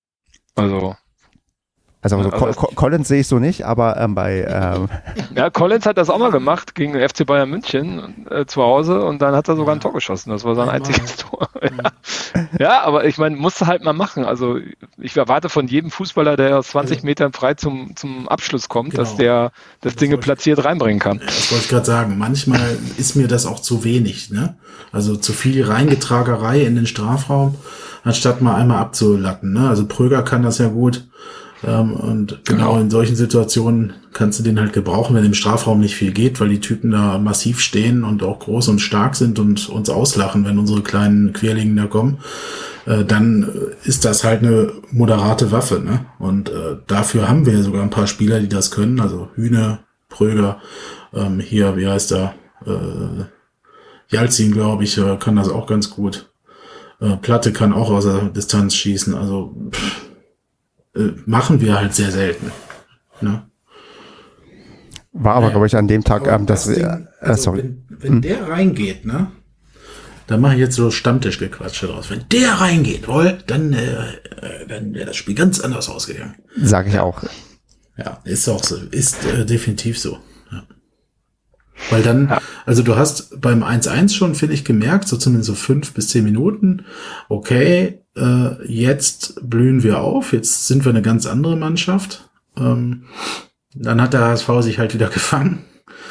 Also Collins sehe ich so nicht, aber ja, Collins hat das auch mal gemacht gegen den FC Bayern München zu Hause und dann hat er sogar ein Tor geschossen. Das war sein einziges Tor. Ja, aber ich meine, musst du halt mal machen. Also ich erwarte von jedem Fußballer, der aus 20 Metern frei zum Abschluss kommt, dass der das Ding platziert reinbringen kann. Das wollte ich gerade sagen. Manchmal ist mir das auch zu wenig, ne? Also zu viel Reingetragerei in den Strafraum, anstatt mal einmal abzulatten, ne? Also Pröger kann das ja gut. Und genau in solchen Situationen kannst du den halt gebrauchen, wenn im Strafraum nicht viel geht, weil die Typen da massiv stehen und auch groß und stark sind und uns auslachen, wenn unsere kleinen Querlingen da kommen. Dann ist das halt eine moderate Waffe, ne? Und dafür haben wir ja sogar ein paar Spieler, die das können. Also Hühne, Pröger, hier, wie heißt er? Jalzin, glaube ich, kann das auch ganz gut. Platte kann auch aus der Distanz schießen. Also machen wir halt sehr selten. Ne? War aber, glaube ich, an dem Tag, wenn der reingeht, ne? Da mache ich jetzt so Stammtischgequatsche draus. Wenn der reingeht, dann wäre das Spiel ganz anders ausgegangen. Sage ich auch. Ja, ist auch so. Ist definitiv so. Ja. Weil dann, also du hast beim 1:1 schon, finde ich, gemerkt, so zumindest so 5 bis 10 Minuten, okay, jetzt blühen wir auf, jetzt sind wir eine ganz andere Mannschaft. Dann hat der HSV sich halt wieder gefangen.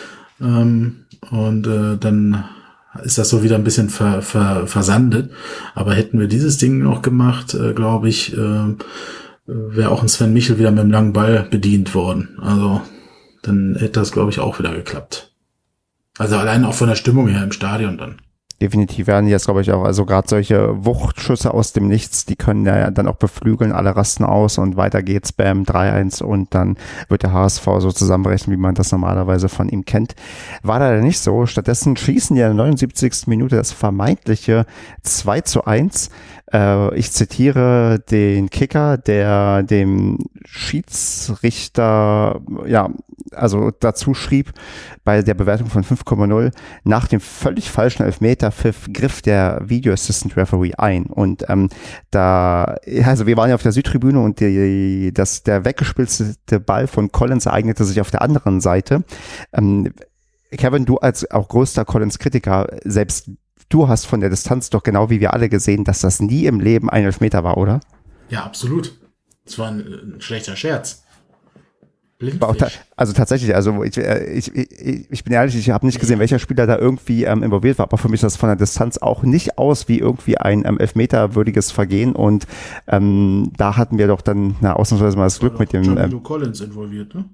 Und dann ist das so wieder ein bisschen versandet. Aber hätten wir dieses Ding noch gemacht, glaube ich, wäre auch ein Sven Michel wieder mit dem langen Ball bedient worden. Also dann hätte das, glaube ich, auch wieder geklappt. Also allein auch von der Stimmung her im Stadion dann. Definitiv werden jetzt, glaube ich, auch, also gerade solche Wuchtschüsse aus dem Nichts, die können ja dann auch beflügeln, alle rasten aus und weiter geht's, bam, 3:1 und dann wird der HSV so zusammenbrechen, wie man das normalerweise von ihm kennt. War leider nicht so. Stattdessen schießen die in der 79. Minute das vermeintliche 2:1. Ich zitiere den Kicker, der dem Schiedsrichter, also dazu schrieb, bei der Bewertung von 5,0, nach dem völlig falschen Elfmeterpfiff griff der Video Assistant Referee ein. Und wir waren ja auf der Südtribüne und der weggespitzte Ball von Collins ereignete sich auf der anderen Seite. Kevin, du als auch größter Collins-Kritiker, selbst du hast von der Distanz doch genau wie wir alle gesehen, dass das nie im Leben ein Elfmeter war, oder? Ja, absolut. Das war ein schlechter Scherz. Also tatsächlich, also ich bin ehrlich, ich habe nicht gesehen, welcher Spieler da irgendwie involviert war, aber für mich sah das von der Distanz auch nicht aus wie irgendwie ein elfmeterwürdiges Vergehen und da hatten wir doch dann ausnahmsweise mal das Glück mit dem John Collins involviert, ne?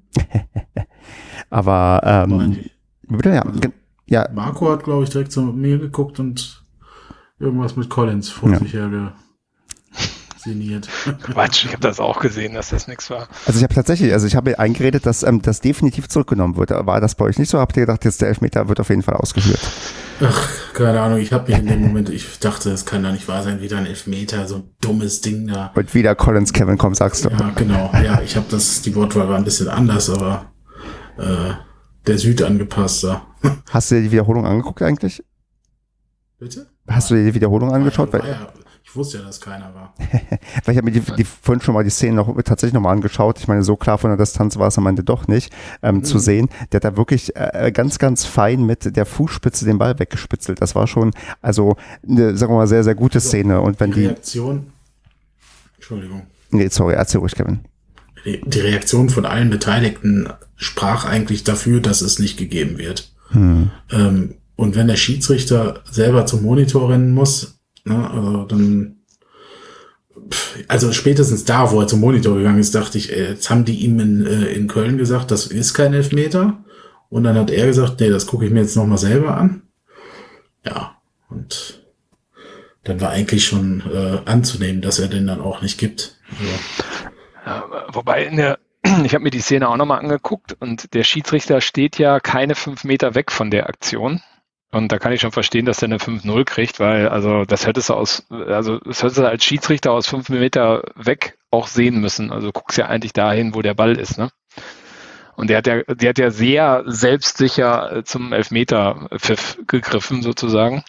Aber ja. Marco hat, glaube ich, direkt zu mir geguckt und irgendwas mit Collins vor sich her sinniert. Quatsch, ich habe das auch gesehen, dass das nichts war. Also ich habe eingeredet, dass das definitiv zurückgenommen wird. War das bei euch nicht so? Habt ihr gedacht, jetzt der Elfmeter wird auf jeden Fall ausgeführt? Ach, keine Ahnung. Ich habe mich in dem Moment, ich dachte, es kann doch nicht wahr sein, wieder ein Elfmeter, so ein dummes Ding da. Und wieder Collins Kevin kommt, sagst du. Ja, genau. Ja, ich habe die Wortwahl war ein bisschen anders, aber der Süd angepasst da. Hast du dir die Wiederholung angeguckt eigentlich? Bitte? Hast du dir die Wiederholung angeschaut? Ich wusste ja, dass keiner war. Weil ich habe mir die vorhin schon mal die Szenen tatsächlich nochmal angeschaut. Ich meine, so klar von der Distanz war es am Ende doch nicht zu sehen. Der hat da wirklich ganz, ganz fein mit der Fußspitze den Ball weggespitzelt. Das war schon, also eine, sagen wir mal, sehr, sehr gute Szene. Und wenn die Reaktion, Entschuldigung. Nee, sorry, erzähl ruhig, Kevin. Die Reaktion von allen Beteiligten sprach eigentlich dafür, dass es nicht gegeben wird. Und wenn der Schiedsrichter selber zum Monitor rennen muss, ne, also spätestens da, wo er zum Monitor gegangen ist, dachte ich, jetzt haben die ihm in Köln gesagt, das ist kein Elfmeter. Und dann hat er gesagt, nee, das gucke ich mir jetzt nochmal selber an. Ja, Und dann war eigentlich schon anzunehmen, dass er den dann auch nicht gibt. Ja, wobei ich habe mir die Szene auch nochmal angeguckt und der Schiedsrichter steht ja keine 5 Meter weg von der Aktion. Und da kann ich schon verstehen, dass der eine 5-0 kriegt, weil das hättest du als Schiedsrichter aus 5 Meter weg auch sehen müssen. Also du guckst ja eigentlich dahin, wo der Ball ist, ne? Und der hat ja sehr selbstsicher zum Elfmeter-Pfiff gegriffen, sozusagen.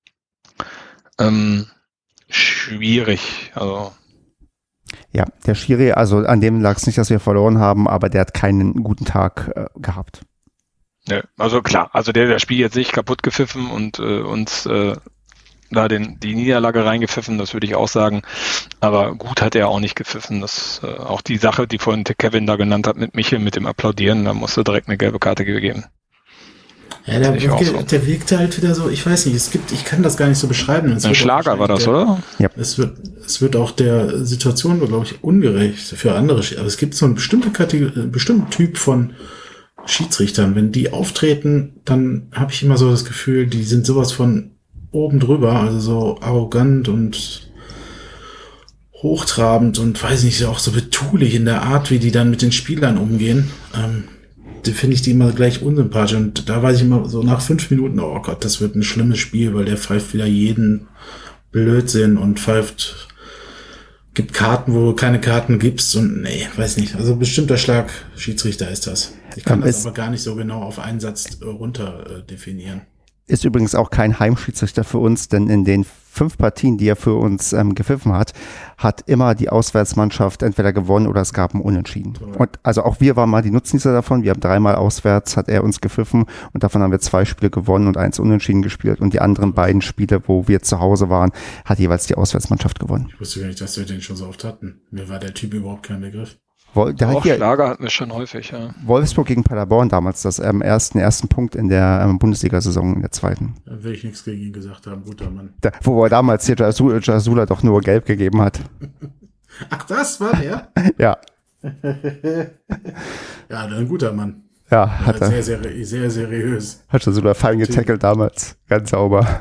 Schwierig, also. Ja, der Schiri, also an dem lag es nicht, dass wir verloren haben, aber der hat keinen guten Tag gehabt. Ja, also klar, also der Spiel jetzt nicht kaputt gepfiffen und uns da die Niederlage reingepfiffen, das würde ich auch sagen. Aber gut hat er auch nicht gepfiffen. Das auch die Sache, die vorhin Kevin da genannt hat mit Michel, mit dem Applaudieren, da musste direkt eine gelbe Karte gegeben. Ja, der wirkte halt wieder so, ich weiß nicht, ich kann das gar nicht so beschreiben. Ein Schlager war das, oder? Ja. Es wird auch der Situation, glaube ich, ungerecht für andere. Aber es gibt so eine bestimmte Kategorie, einen bestimmten Typ von Schiedsrichtern. Wenn die auftreten, dann habe ich immer so das Gefühl, die sind sowas von oben drüber, also so arrogant und hochtrabend und weiß nicht, auch so betulich in der Art, wie die dann mit den Spielern umgehen. Da finde ich die immer gleich unsympathisch und da weiß ich immer so nach 5 Minuten, oh Gott, das wird ein schlimmes Spiel, weil der pfeift wieder jeden Blödsinn und gibt Karten, wo du keine Karten gibst und nee, weiß nicht. Also bestimmter Schlag Schiedsrichter ist das. Ich kann das aber gar nicht so genau auf einen Satz runter definieren. Ist übrigens auch kein Heimschiedsrichter für uns, denn in den 5 Partien, die er für uns gepfiffen hat immer die Auswärtsmannschaft entweder gewonnen oder es gab ein Unentschieden. Ja. Und also auch wir waren mal die Nutznießer davon. Wir haben 3-mal auswärts, hat er uns gepfiffen und davon haben wir 2 Spiele gewonnen und 1 Unentschieden gespielt und die anderen beiden Spiele, wo wir zu Hause waren, hat jeweils die Auswärtsmannschaft gewonnen. Ich wusste gar nicht, dass wir den schon so oft hatten. Mir war der Typ überhaupt kein Begriff. Auch Schlager hatten wir schon häufig, ja. Wolfsburg gegen Paderborn damals, das ersten Punkt in der Bundesliga-Saison, in der zweiten. Da will ich nichts gegen ihn gesagt haben, guter Mann. Wo er damals hier Jasula doch nur gelb gegeben hat. Ach, das war der? Ja. Ja, ein guter Mann. Ja, hat er. Sehr, sehr, sehr seriös. Hat Jasula fein getackelt damals. Ganz sauber.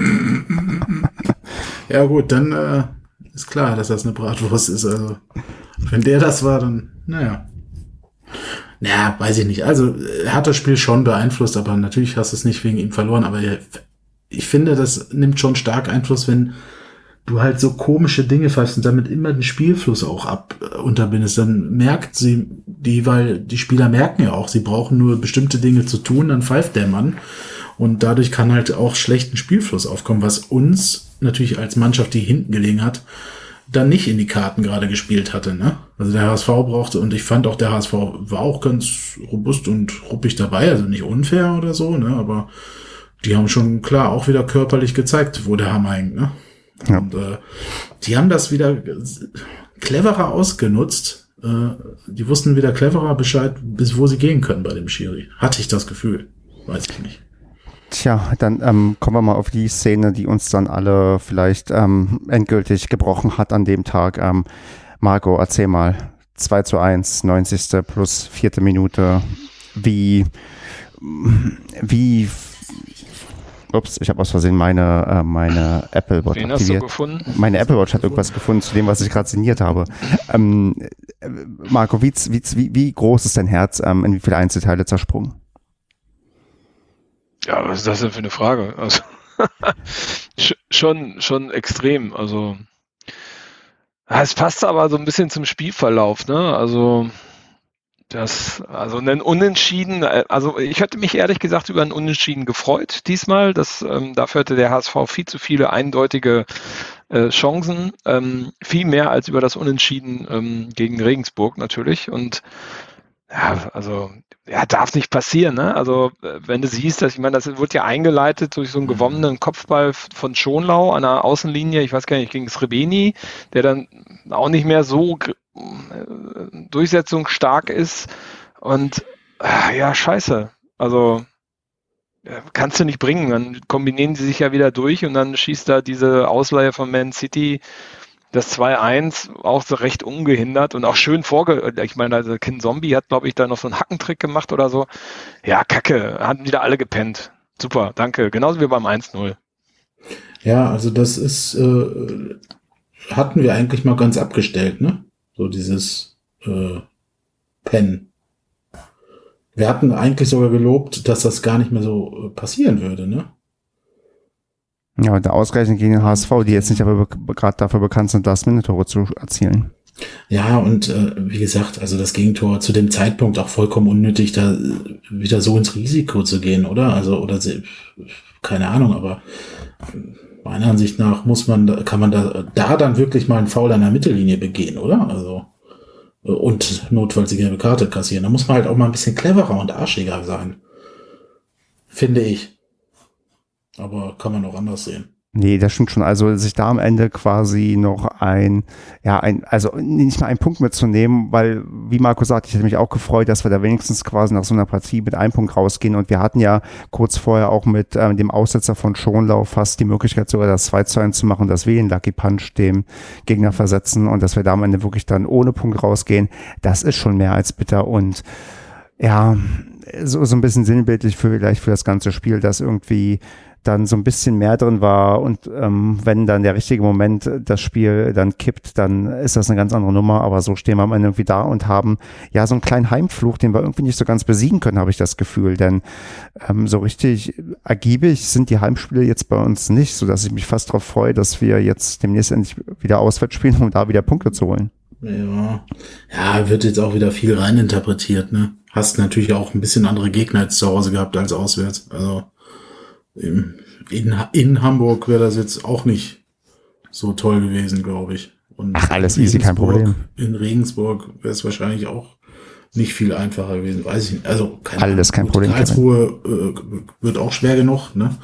Ja gut, dann ist klar, dass das eine Bratwurst ist, also. Wenn der das war, dann, naja, weiß ich nicht. Also, er hat das Spiel schon beeinflusst, aber natürlich hast du es nicht wegen ihm verloren. Aber ich finde, das nimmt schon stark Einfluss, wenn du halt so komische Dinge pfeifst und damit immer den Spielfluss auch unterbindest. Dann merkt weil die Spieler merken ja auch, sie brauchen nur bestimmte Dinge zu tun, dann pfeift der Mann. Und dadurch kann halt auch schlechten Spielfluss aufkommen, was uns natürlich als Mannschaft, die hinten gelegen hat, dann nicht in die Karten gerade gespielt hatte, ne? Also der HSV brauchte, und ich fand auch, der HSV war auch ganz robust und ruppig dabei, also nicht unfair oder so, ne? Aber die haben schon klar auch wieder körperlich gezeigt, wo der Hammer hängt, ne? Ja. Und die haben das wieder cleverer ausgenutzt. Die wussten wieder cleverer Bescheid, bis wo sie gehen können bei dem Schiri. Hatte ich das Gefühl. Weiß ich nicht. Tja, dann kommen wir mal auf die Szene, die uns dann alle vielleicht endgültig gebrochen hat an dem Tag. Marco, erzähl mal. 2:1, 90. plus 4. Minute. Ups, ich habe aus Versehen meine Apple Watch aktiviert. Wen hast du gefunden? Meine Apple Watch hat irgendwas gefunden zu dem, was ich gerade signiert habe. Marco, wie groß ist dein Herz? In wie viele Einzelteile zersprungen? Ja, was ist das denn für eine Frage? Also schon extrem. Also es passt aber so ein bisschen zum Spielverlauf, ne? Also ein Unentschieden, also ich hätte mich ehrlich gesagt über ein Unentschieden gefreut diesmal. Dafür hatte der HSV viel zu viele eindeutige Chancen, viel mehr als über das Unentschieden gegen Regensburg natürlich. Und darf nicht passieren, ne? Also wenn du siehst, das wird ja eingeleitet durch so einen gewonnenen Kopfball von Schonlau an der Außenlinie, ich weiß gar nicht, gegen Srebeni, der dann auch nicht mehr so durchsetzungsstark ist und scheiße. Also kannst du nicht bringen, dann kombinieren die sich ja wieder durch und dann schießt da diese Ausleihe von Man City das 2:1 auch so recht ungehindert und auch schön ich meine, also Kin Zombie hat, glaube ich, da noch so einen Hackentrick gemacht oder so. Ja, Kacke, hatten wieder alle gepennt. Super, danke. Genauso wie beim 1:0. Ja, also das ist, hatten wir eigentlich mal ganz abgestellt, ne? So dieses Pen. Wir hatten eigentlich sogar gelobt, dass das gar nicht mehr so passieren würde, ne? Ja, und ausgerechnet gegen den HSV, die jetzt nicht aber gerade dafür bekannt sind, Last-Minute-Tore zu erzielen. Ja, und wie gesagt, also das Gegentor zu dem Zeitpunkt auch vollkommen unnötig, da wieder so ins Risiko zu gehen, oder? Also, keine Ahnung, aber meiner Ansicht nach kann man da dann wirklich mal einen Foul an der Mittellinie begehen, oder? Also, und notfalls die gelbe Karte kassieren. Da muss man halt auch mal ein bisschen cleverer und arschiger sein. Finde ich. Aber kann man auch anders sehen. Nee, das stimmt schon. Also sich da am Ende quasi noch also nicht mal einen Punkt mitzunehmen, weil, wie Marco sagt, ich hätte mich auch gefreut, dass wir da wenigstens quasi nach so einer Partie mit einem Punkt rausgehen. Und wir hatten ja kurz vorher auch mit dem Aussetzer von Schonlau fast die Möglichkeit, sogar das 2:1 zu machen, dass wir den Lucky Punch dem Gegner versetzen und dass wir da am Ende wirklich dann ohne Punkt rausgehen. Das ist schon mehr als bitter und ja, so ein bisschen sinnbildlich vielleicht für das ganze Spiel, dass irgendwie dann so ein bisschen mehr drin war und wenn dann der richtige Moment das Spiel dann kippt, dann ist das eine ganz andere Nummer, aber so stehen wir am Ende irgendwie da und haben ja so einen kleinen Heimfluch, den wir irgendwie nicht so ganz besiegen können, habe ich das Gefühl, denn so richtig ergiebig sind die Heimspiele jetzt bei uns nicht, sodass ich mich fast darauf freue, dass wir jetzt demnächst endlich wieder auswärts spielen, um da wieder Punkte zu holen. Ja, wird jetzt auch wieder viel reininterpretiert, ne? Hast natürlich auch ein bisschen andere Gegner jetzt zu Hause gehabt als auswärts, also in Hamburg wäre das jetzt auch nicht so toll gewesen, glaube ich. Und ach, alles easy, kein Problem. In Regensburg wäre es wahrscheinlich auch nicht viel einfacher gewesen, weiß ich nicht. Also alles kein Problem. Karlsruhe wird auch schwer genug, ne?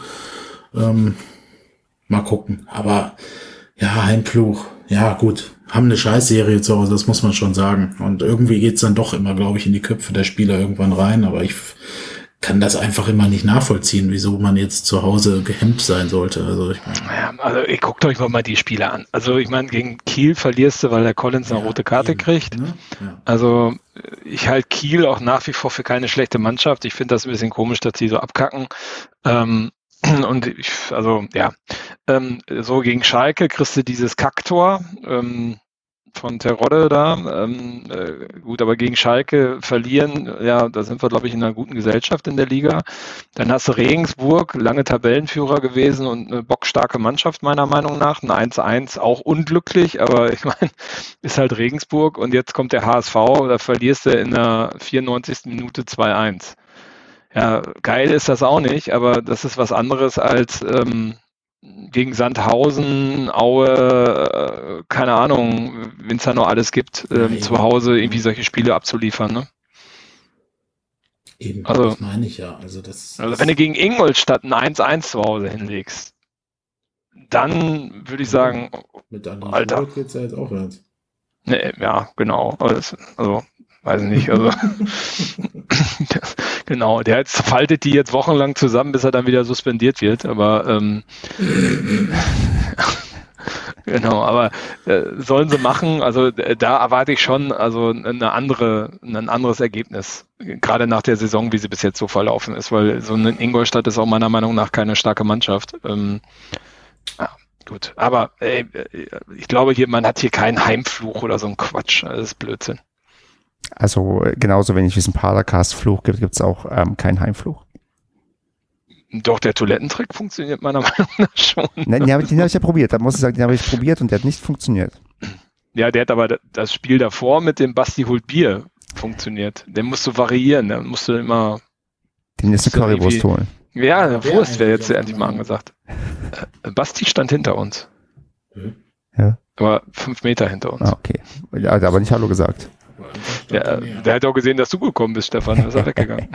Mal gucken. Aber ja, Heimfluch, ja gut, haben eine Scheißserie zu Hause, das muss man schon sagen. Und irgendwie geht's dann doch immer, glaube ich, in die Köpfe der Spieler irgendwann rein, aber ich kann das einfach immer nicht nachvollziehen, wieso man jetzt zu Hause gehemmt sein sollte. Also ihr guckt euch mal die Spiele an. Also ich meine, gegen Kiel verlierst du, weil der Collins eine rote Karte kriegt. Ne? Ja. Also ich halte Kiel auch nach wie vor für keine schlechte Mannschaft. Ich finde das ein bisschen komisch, dass die so abkacken. Und so gegen Schalke kriegst du dieses Kacktor von Terodde da, gut, aber gegen Schalke verlieren, ja, da sind wir, glaube ich, in einer guten Gesellschaft in der Liga. Dann hast du Regensburg, lange Tabellenführer gewesen und eine bockstarke Mannschaft, meiner Meinung nach, ein 1:1, auch unglücklich, aber ich meine, ist halt Regensburg und jetzt kommt der HSV, da verlierst du in der 94. Minute 2:1. Ja, geil ist das auch nicht, aber das ist was anderes als gegen Sandhausen, Aue, keine Ahnung, wenn es da noch alles gibt, zu Hause irgendwie solche Spiele abzuliefern, ne? Eben, also, das meine ich ja. Also wenn du gegen Ingolstadt ein 1:1 zu Hause hinlegst, dann würde ich sagen, mit Alter, geht's ja jetzt auch jetzt. Nee, ja, genau. Also weiß ich nicht. Also genau, der jetzt faltet die jetzt wochenlang zusammen, bis er dann wieder suspendiert wird. Aber genau, aber sollen sie machen. Also da erwarte ich schon also ein anderes Ergebnis. Gerade nach der Saison, wie sie bis jetzt so verlaufen ist, weil so ein Ingolstadt ist auch meiner Meinung nach keine starke Mannschaft. Ja, gut. Aber ich glaube, man hat hier keinen Heimfluch oder so ein Quatsch. Das ist Blödsinn. Also genauso wenig wie es einen Padercast-Fluch gibt, gibt es auch keinen Heimfluch. Doch, der Toilettentrick funktioniert meiner Meinung nach schon. Nein, den habe ich ja probiert. Da muss ich sagen, den habe ich probiert und der hat nicht funktioniert. Ja, der hat aber das Spiel davor mit dem Basti holt Bier funktioniert. Den musst du variieren. Den musst du immer... Den ist eine Currywurst holen. Ja, Wurst wäre jetzt endlich mal angesagt. Basti stand hinter uns. Ja. Aber 5 Meter hinter uns. Ah, okay. Ja, hat aber nicht Hallo gesagt. Ja, der hat auch gesehen, dass du gekommen bist, Stefan. Der ist auch weggegangen.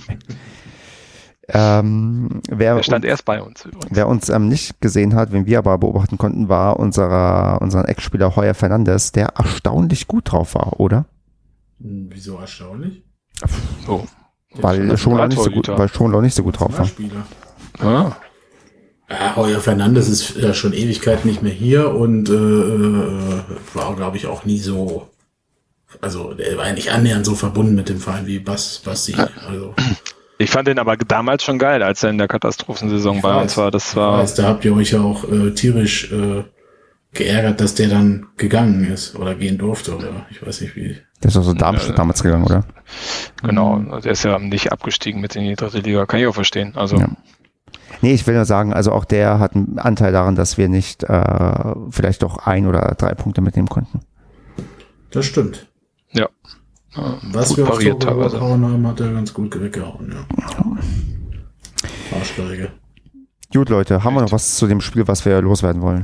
Der stand erst bei uns. Übrigens. Wer uns nicht gesehen hat, wen wir aber beobachten konnten, war unseren Ex-Spieler Heuer Fernandes, der erstaunlich gut drauf war, oder? Wieso erstaunlich? Oh. Weil Schonlau nicht so gut drauf war. Ah. Ja, Heuer Fernandes ist ja schon Ewigkeit nicht mehr hier und war, glaube ich, auch nie so. Also der war ja nicht annähernd so verbunden mit dem Verein wie Basti. Also Ich fand den aber damals schon geil, als er in der Katastrophensaison bei uns war. Da habt ihr euch ja auch tierisch geärgert, dass der dann gegangen ist oder gehen durfte, oder ich weiß nicht wie. Der ist auch so Darmstadt damals gegangen, oder? Genau, der ist ja nicht abgestiegen mit in die 3. Liga, kann ich auch verstehen. Also. Ja. Nee, ich will nur sagen, also auch der hat einen Anteil daran, dass wir nicht vielleicht doch 1 oder 3 Punkte mitnehmen konnten. Das stimmt. Ja. Was wir auch so gehauen haben, hat er ganz gut weggehauen, ja. Arschgeige. Gut, Leute, haben wir noch was zu dem Spiel, was wir loswerden wollen?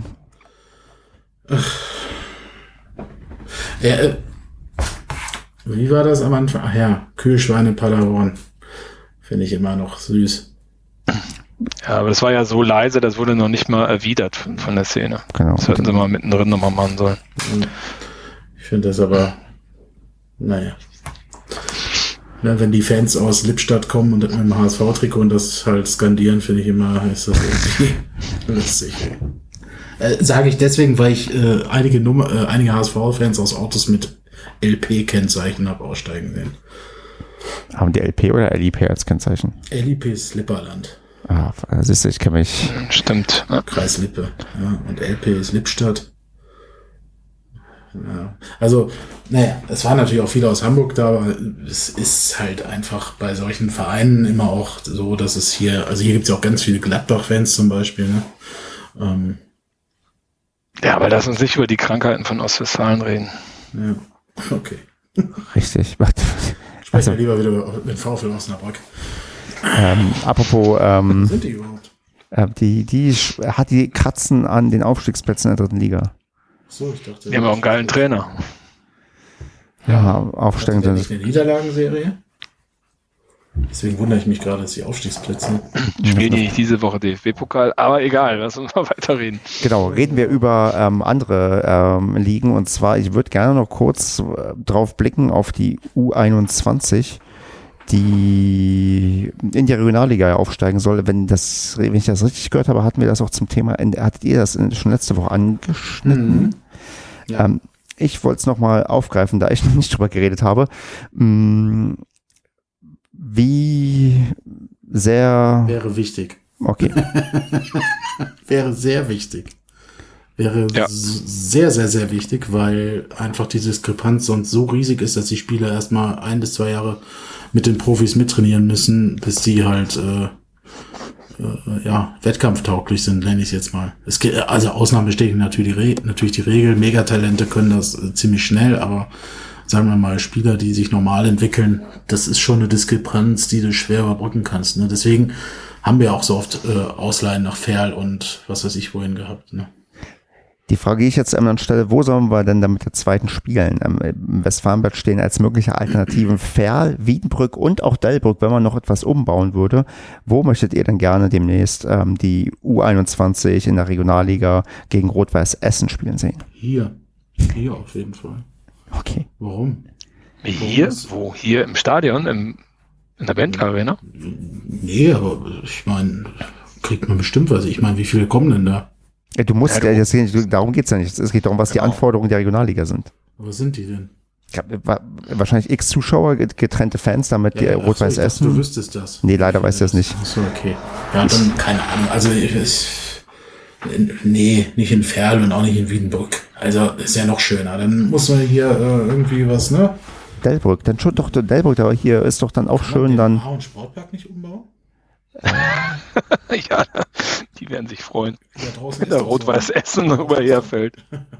Wie war das am Anfang? Ach ja, Kühlschweine Paderborn. Finde ich immer noch süß. Ja, aber das war ja so leise, das wurde noch nicht mal erwidert von der Szene. Genau. Das hätten sie mal mittendrin nochmal machen sollen. Ich finde das aber, naja. Ja, wenn die Fans aus Lippstadt kommen und mit dem HSV-Trikot und das halt skandieren, finde ich immer, ist das irgendwie lustig. Sage ich deswegen, weil ich einige HSV-Fans aus Autos mit LP-Kennzeichen habe aussteigen sehen. Haben die LP oder LIP als Kennzeichen? LIP ist Lipperland. Ah, siehst du, ich kenne mich. Stimmt. Ja. Kreis Lippe. Ja, und LP ist Lippstadt. Ja. Also, naja, es waren natürlich auch viele aus Hamburg da, aber es ist halt einfach bei solchen Vereinen immer auch so, dass es hier, also hier gibt es ja auch ganz viele Gladbach-Fans zum Beispiel, ne? Ja, aber lass uns nicht über die Krankheiten von Ostwestfalen reden. Ja, okay. Richtig. Sprechen wir lieber wieder mit VfL Osnabrück. Apropos, sind die überhaupt? Die kratzen an den Aufstiegsplätzen in der 3. Liga. So, ich dachte. Wir haben auch einen geilen Trainer. Ja, aufsteigen sind. Nicht eine Niederlagenserie? Deswegen wundere ich mich gerade, dass die Aufstiegsplätze. Spielen die nicht diese Woche DFB-Pokal, aber egal, lass uns mal weiterreden. Genau, reden wir über andere Ligen, und zwar, ich würde gerne noch kurz drauf blicken auf die U21, die in die Regionalliga aufsteigen soll. Wenn ich das richtig gehört habe, hatten wir das auch zum Thema, hattet ihr das schon letzte Woche angeschnitten? Mhm. Ja. Ich wollte es nochmal aufgreifen, da ich noch nicht drüber geredet habe. Wie sehr... Wäre wichtig. Okay. Wäre sehr wichtig. Wäre sehr, sehr, sehr wichtig, weil einfach die Diskrepanz sonst so riesig ist, dass die Spieler erstmal 1 bis 2 Jahre mit den Profis mittrainieren müssen, bis die halt wettkampftauglich sind, nenne ich es jetzt mal. Es geht, also Ausnahmen bestätigen natürlich die Regel. Megatalente können das ziemlich schnell, aber sagen wir mal, Spieler, die sich normal entwickeln, das ist schon eine Diskrepanz, die du schwer überbrücken kannst. Ne? Deswegen haben wir auch so oft Ausleihen nach Ferl und was weiß ich wohin gehabt. Ne? Die Frage, die ich jetzt an Stelle, wo sollen wir denn dann mit der zweiten spielen? Im Westfalenblatt stehen als mögliche Alternativen Ferl, Wiedenbrück und auch Delbrück, wenn man noch etwas umbauen würde. Wo möchtet ihr denn gerne demnächst die U21 in der Regionalliga gegen Rot-Weiß Essen spielen sehen? Hier auf jeden Fall. Okay. Warum? Hier? Wo? Hier im Stadion? In der Bentley Arena? Nee, aber ich meine, kriegt man bestimmt was. Ich meine, wie viele kommen denn da? Ja, darum geht's ja nicht. Es geht darum, was die Anforderungen der Regionalliga sind. Was sind die denn? Wahrscheinlich x Zuschauer, getrennte Fans, damit die Rot-Weiß Essen. Du wüsstest das. Nee, leider weiß ich das nicht. Achso, okay. Ja, dann keine Ahnung. Also, nicht in Ferl und auch nicht in Wiedenbrück. Also, ist ja noch schöner. Dann muss man hier irgendwie was, ne? Delbrück, dann schon doch Delbrück, aber hier ist doch dann auch schön dann. Den Sportpark nicht umbauen? Ja, die werden sich freuen, wenn der der Rot-Weiß Essen darüber herfällt.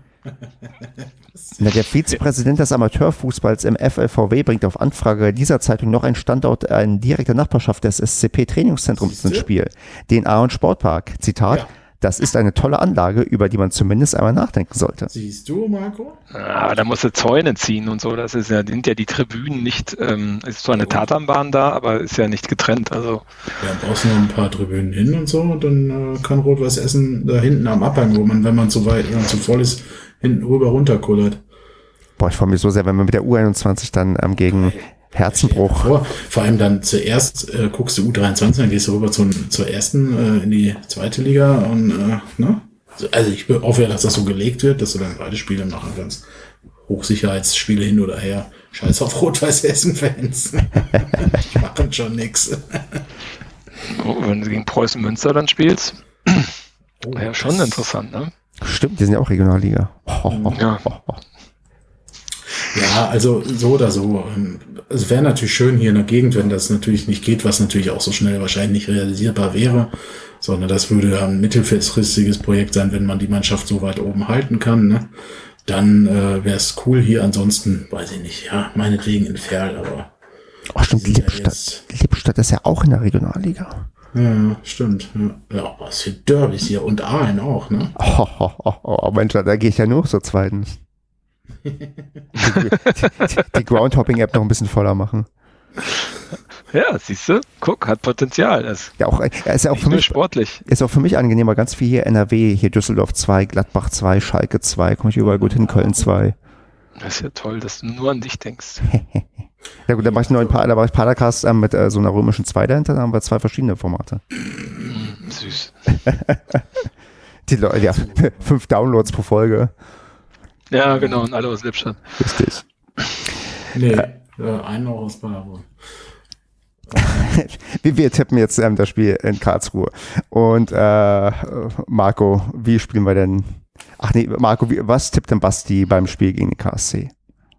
Der Vizepräsident des Amateurfußballs im FLVW bringt auf Anfrage dieser Zeitung noch einen Standort in direkter Nachbarschaft des SCP-Trainingszentrums ins Spiel, den Ahorn Sportpark. Zitat, ja. Das ist eine tolle Anlage, über die man zumindest einmal nachdenken sollte. Siehst du, Marco? Ja, da musst du Zäune ziehen und so. Das ist ja, sind ja die Tribünen nicht, ist zwar eine Tatanbahn da, aber ist ja nicht getrennt. Also. Ja, brauchst du noch ein paar Tribünen hin und so, und dann kann Rot-Weiß Essen da hinten am Abhang, wo man, wenn man zu voll ist, hinten rüber runterkullert. Boah, ich freue mich so sehr, wenn wir mit der U21 dann gegen Herzenbruch. Vor allem dann zuerst guckst du U23, dann gehst du rüber zur ersten in die zweite Liga und ne? Also ich hoffe ja, dass das so gelegt wird, dass du dann beide Spiele machen kannst. Hochsicherheitsspiele hin oder her, Scheiß auf Rot-Weiß-Essen-Fans. Die machen schon nix. Oh, wenn du gegen Preußen Münster dann spielst. Oh, Ja, schon interessant, ne? Stimmt, die sind ja auch Regionalliga. Ja. Ja, also so oder so. Es wäre natürlich schön hier in der Gegend, wenn das natürlich nicht geht, was natürlich auch so schnell wahrscheinlich nicht realisierbar wäre, sondern das würde ein mittelfristiges Projekt sein, wenn man die Mannschaft so weit oben halten kann. Ne? Dann wäre es cool hier. Ansonsten, weiß ich nicht, ja, meinetwegen in Ferl, aber... Oh, stimmt, Lippstadt ist ja auch in der Regionalliga. Ja, stimmt. Ja, was für Derbys hier und Aalen auch, ne? Oh, Mensch, da gehe ich ja nur so zweitens. Die Groundhopping-App noch ein bisschen voller machen. Ja, siehst du, guck, hat Potenzial. Das ja, auch, ist ja auch für mich sportlich. Ist auch für mich angenehmer, ganz viel hier NRW, hier Düsseldorf 2, Gladbach 2, Schalke 2, komme ich überall gut hin, Köln 2. Das ist ja toll, dass du nur an dich denkst. Ja gut, da mache ich Padercast mit so einer römischen 2 dahinter, da haben wir 2 verschiedene Formate. Süß. Die Leute, ja, 5 Downloads pro Folge. Ja, genau, und alle aus Lippstadt. Richtig. Nee, einen noch aus Paderborn. Wir tippen jetzt das Spiel in Karlsruhe. Und Marco, wie spielen wir denn? Ach nee, Marco, was tippt denn Basti beim Spiel gegen den KSC?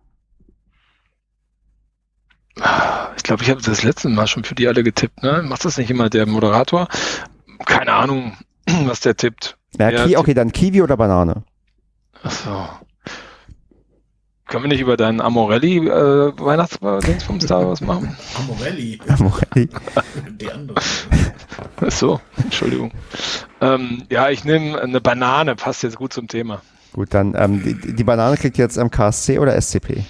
Ich glaube, ich habe das letzte Mal schon für die alle getippt. Ne? Macht das nicht immer der Moderator? Keine Ahnung, was der tippt. Ja, okay, dann Kiwi oder Banane? Achso. Können wir nicht über deinen Amorelli Weihnachtsdings vom Star Wars machen? Amorelli? Die andere. Achso, Entschuldigung. Ja, ich nehme eine Banane, passt jetzt gut zum Thema. Gut, dann die Banane kriegt jetzt KSC oder SCP?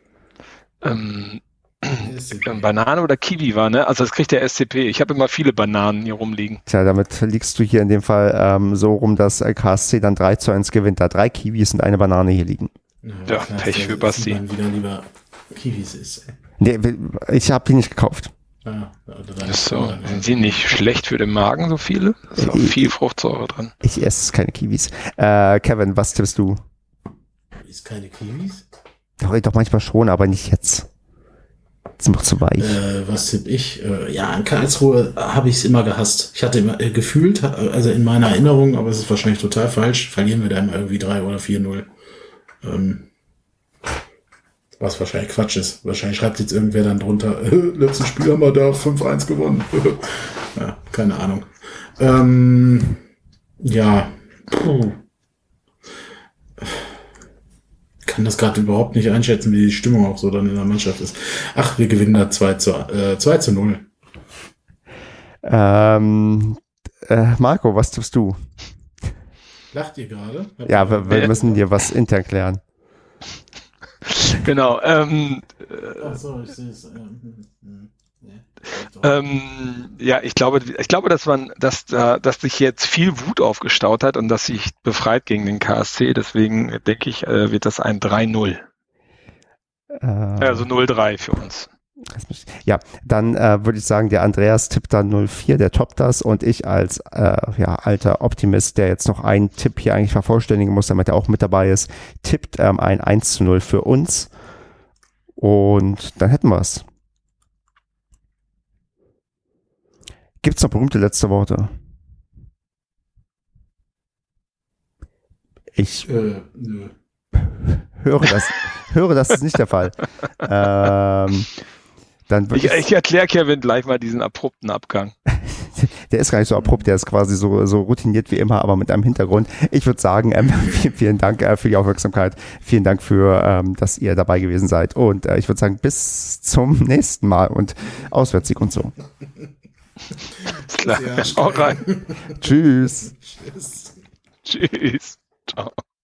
Banane oder Kiwi war, ne? Also das kriegt der SCP. Ich habe immer viele Bananen hier rumliegen. Tja, damit liegst du hier in dem Fall so rum, dass KSC dann 3-1 gewinnt, da 3 Kiwis und eine Banane hier liegen. Ja, Pech für Basti. Dann wieder lieber Kiwis ist. Nee, ich habe die nicht gekauft. So, sind die nicht schlecht für den Magen, so viele? Da ist auch viel Fruchtsäure drin. Ich esse keine Kiwis. Kevin, was tippst du? Ist keine Kiwis? Doch manchmal schon, aber nicht jetzt. Sind noch zu weich. Was tipp ich? Ja, in Karlsruhe habe ich es immer gehasst. Ich hatte immer gefühlt, also in meiner Erinnerung, aber es ist wahrscheinlich total falsch, verlieren wir da immer irgendwie 3 oder 4-0. Was wahrscheinlich Quatsch ist. Wahrscheinlich schreibt jetzt irgendwer dann drunter, letztes Spiel haben wir da 5-1 gewonnen. Ja, keine Ahnung. Ja. Kann das gerade überhaupt nicht einschätzen, wie die Stimmung auch so dann in der Mannschaft ist. Ach, wir gewinnen da 2-0. Marco, was tippst du? Lacht ihr gerade? Ja, wir müssen dir was intern klären. Genau. Ach so, ich sehe es. Ja, ich glaube, dass sich jetzt viel Wut aufgestaut hat und dass sich befreit gegen den KSC. Deswegen denke ich, wird das ein 3-0. Also 0-3 für uns. Ja, dann würde ich sagen, der Andreas tippt dann 0-4, der toppt das, und ich als alter Optimist, der jetzt noch einen Tipp hier eigentlich vervollständigen muss, damit er auch mit dabei ist, tippt ein 1-0 für uns, und dann hätten wir es. Gibt es noch berühmte letzte Worte? Ich nö. höre, das ist nicht der Fall. Dann ich erkläre Kevin gleich mal diesen abrupten Abgang. Der ist gar nicht so abrupt, der ist quasi so routiniert wie immer, aber mit einem Hintergrund. Ich würde sagen, vielen Dank für die Aufmerksamkeit. Vielen Dank für, dass ihr dabei gewesen seid. Und ich würde sagen, bis zum nächsten Mal und Auswärtssieg und so. Klar, ja, schau rein. Tschüss. Tschüss. Tschüss. Ciao.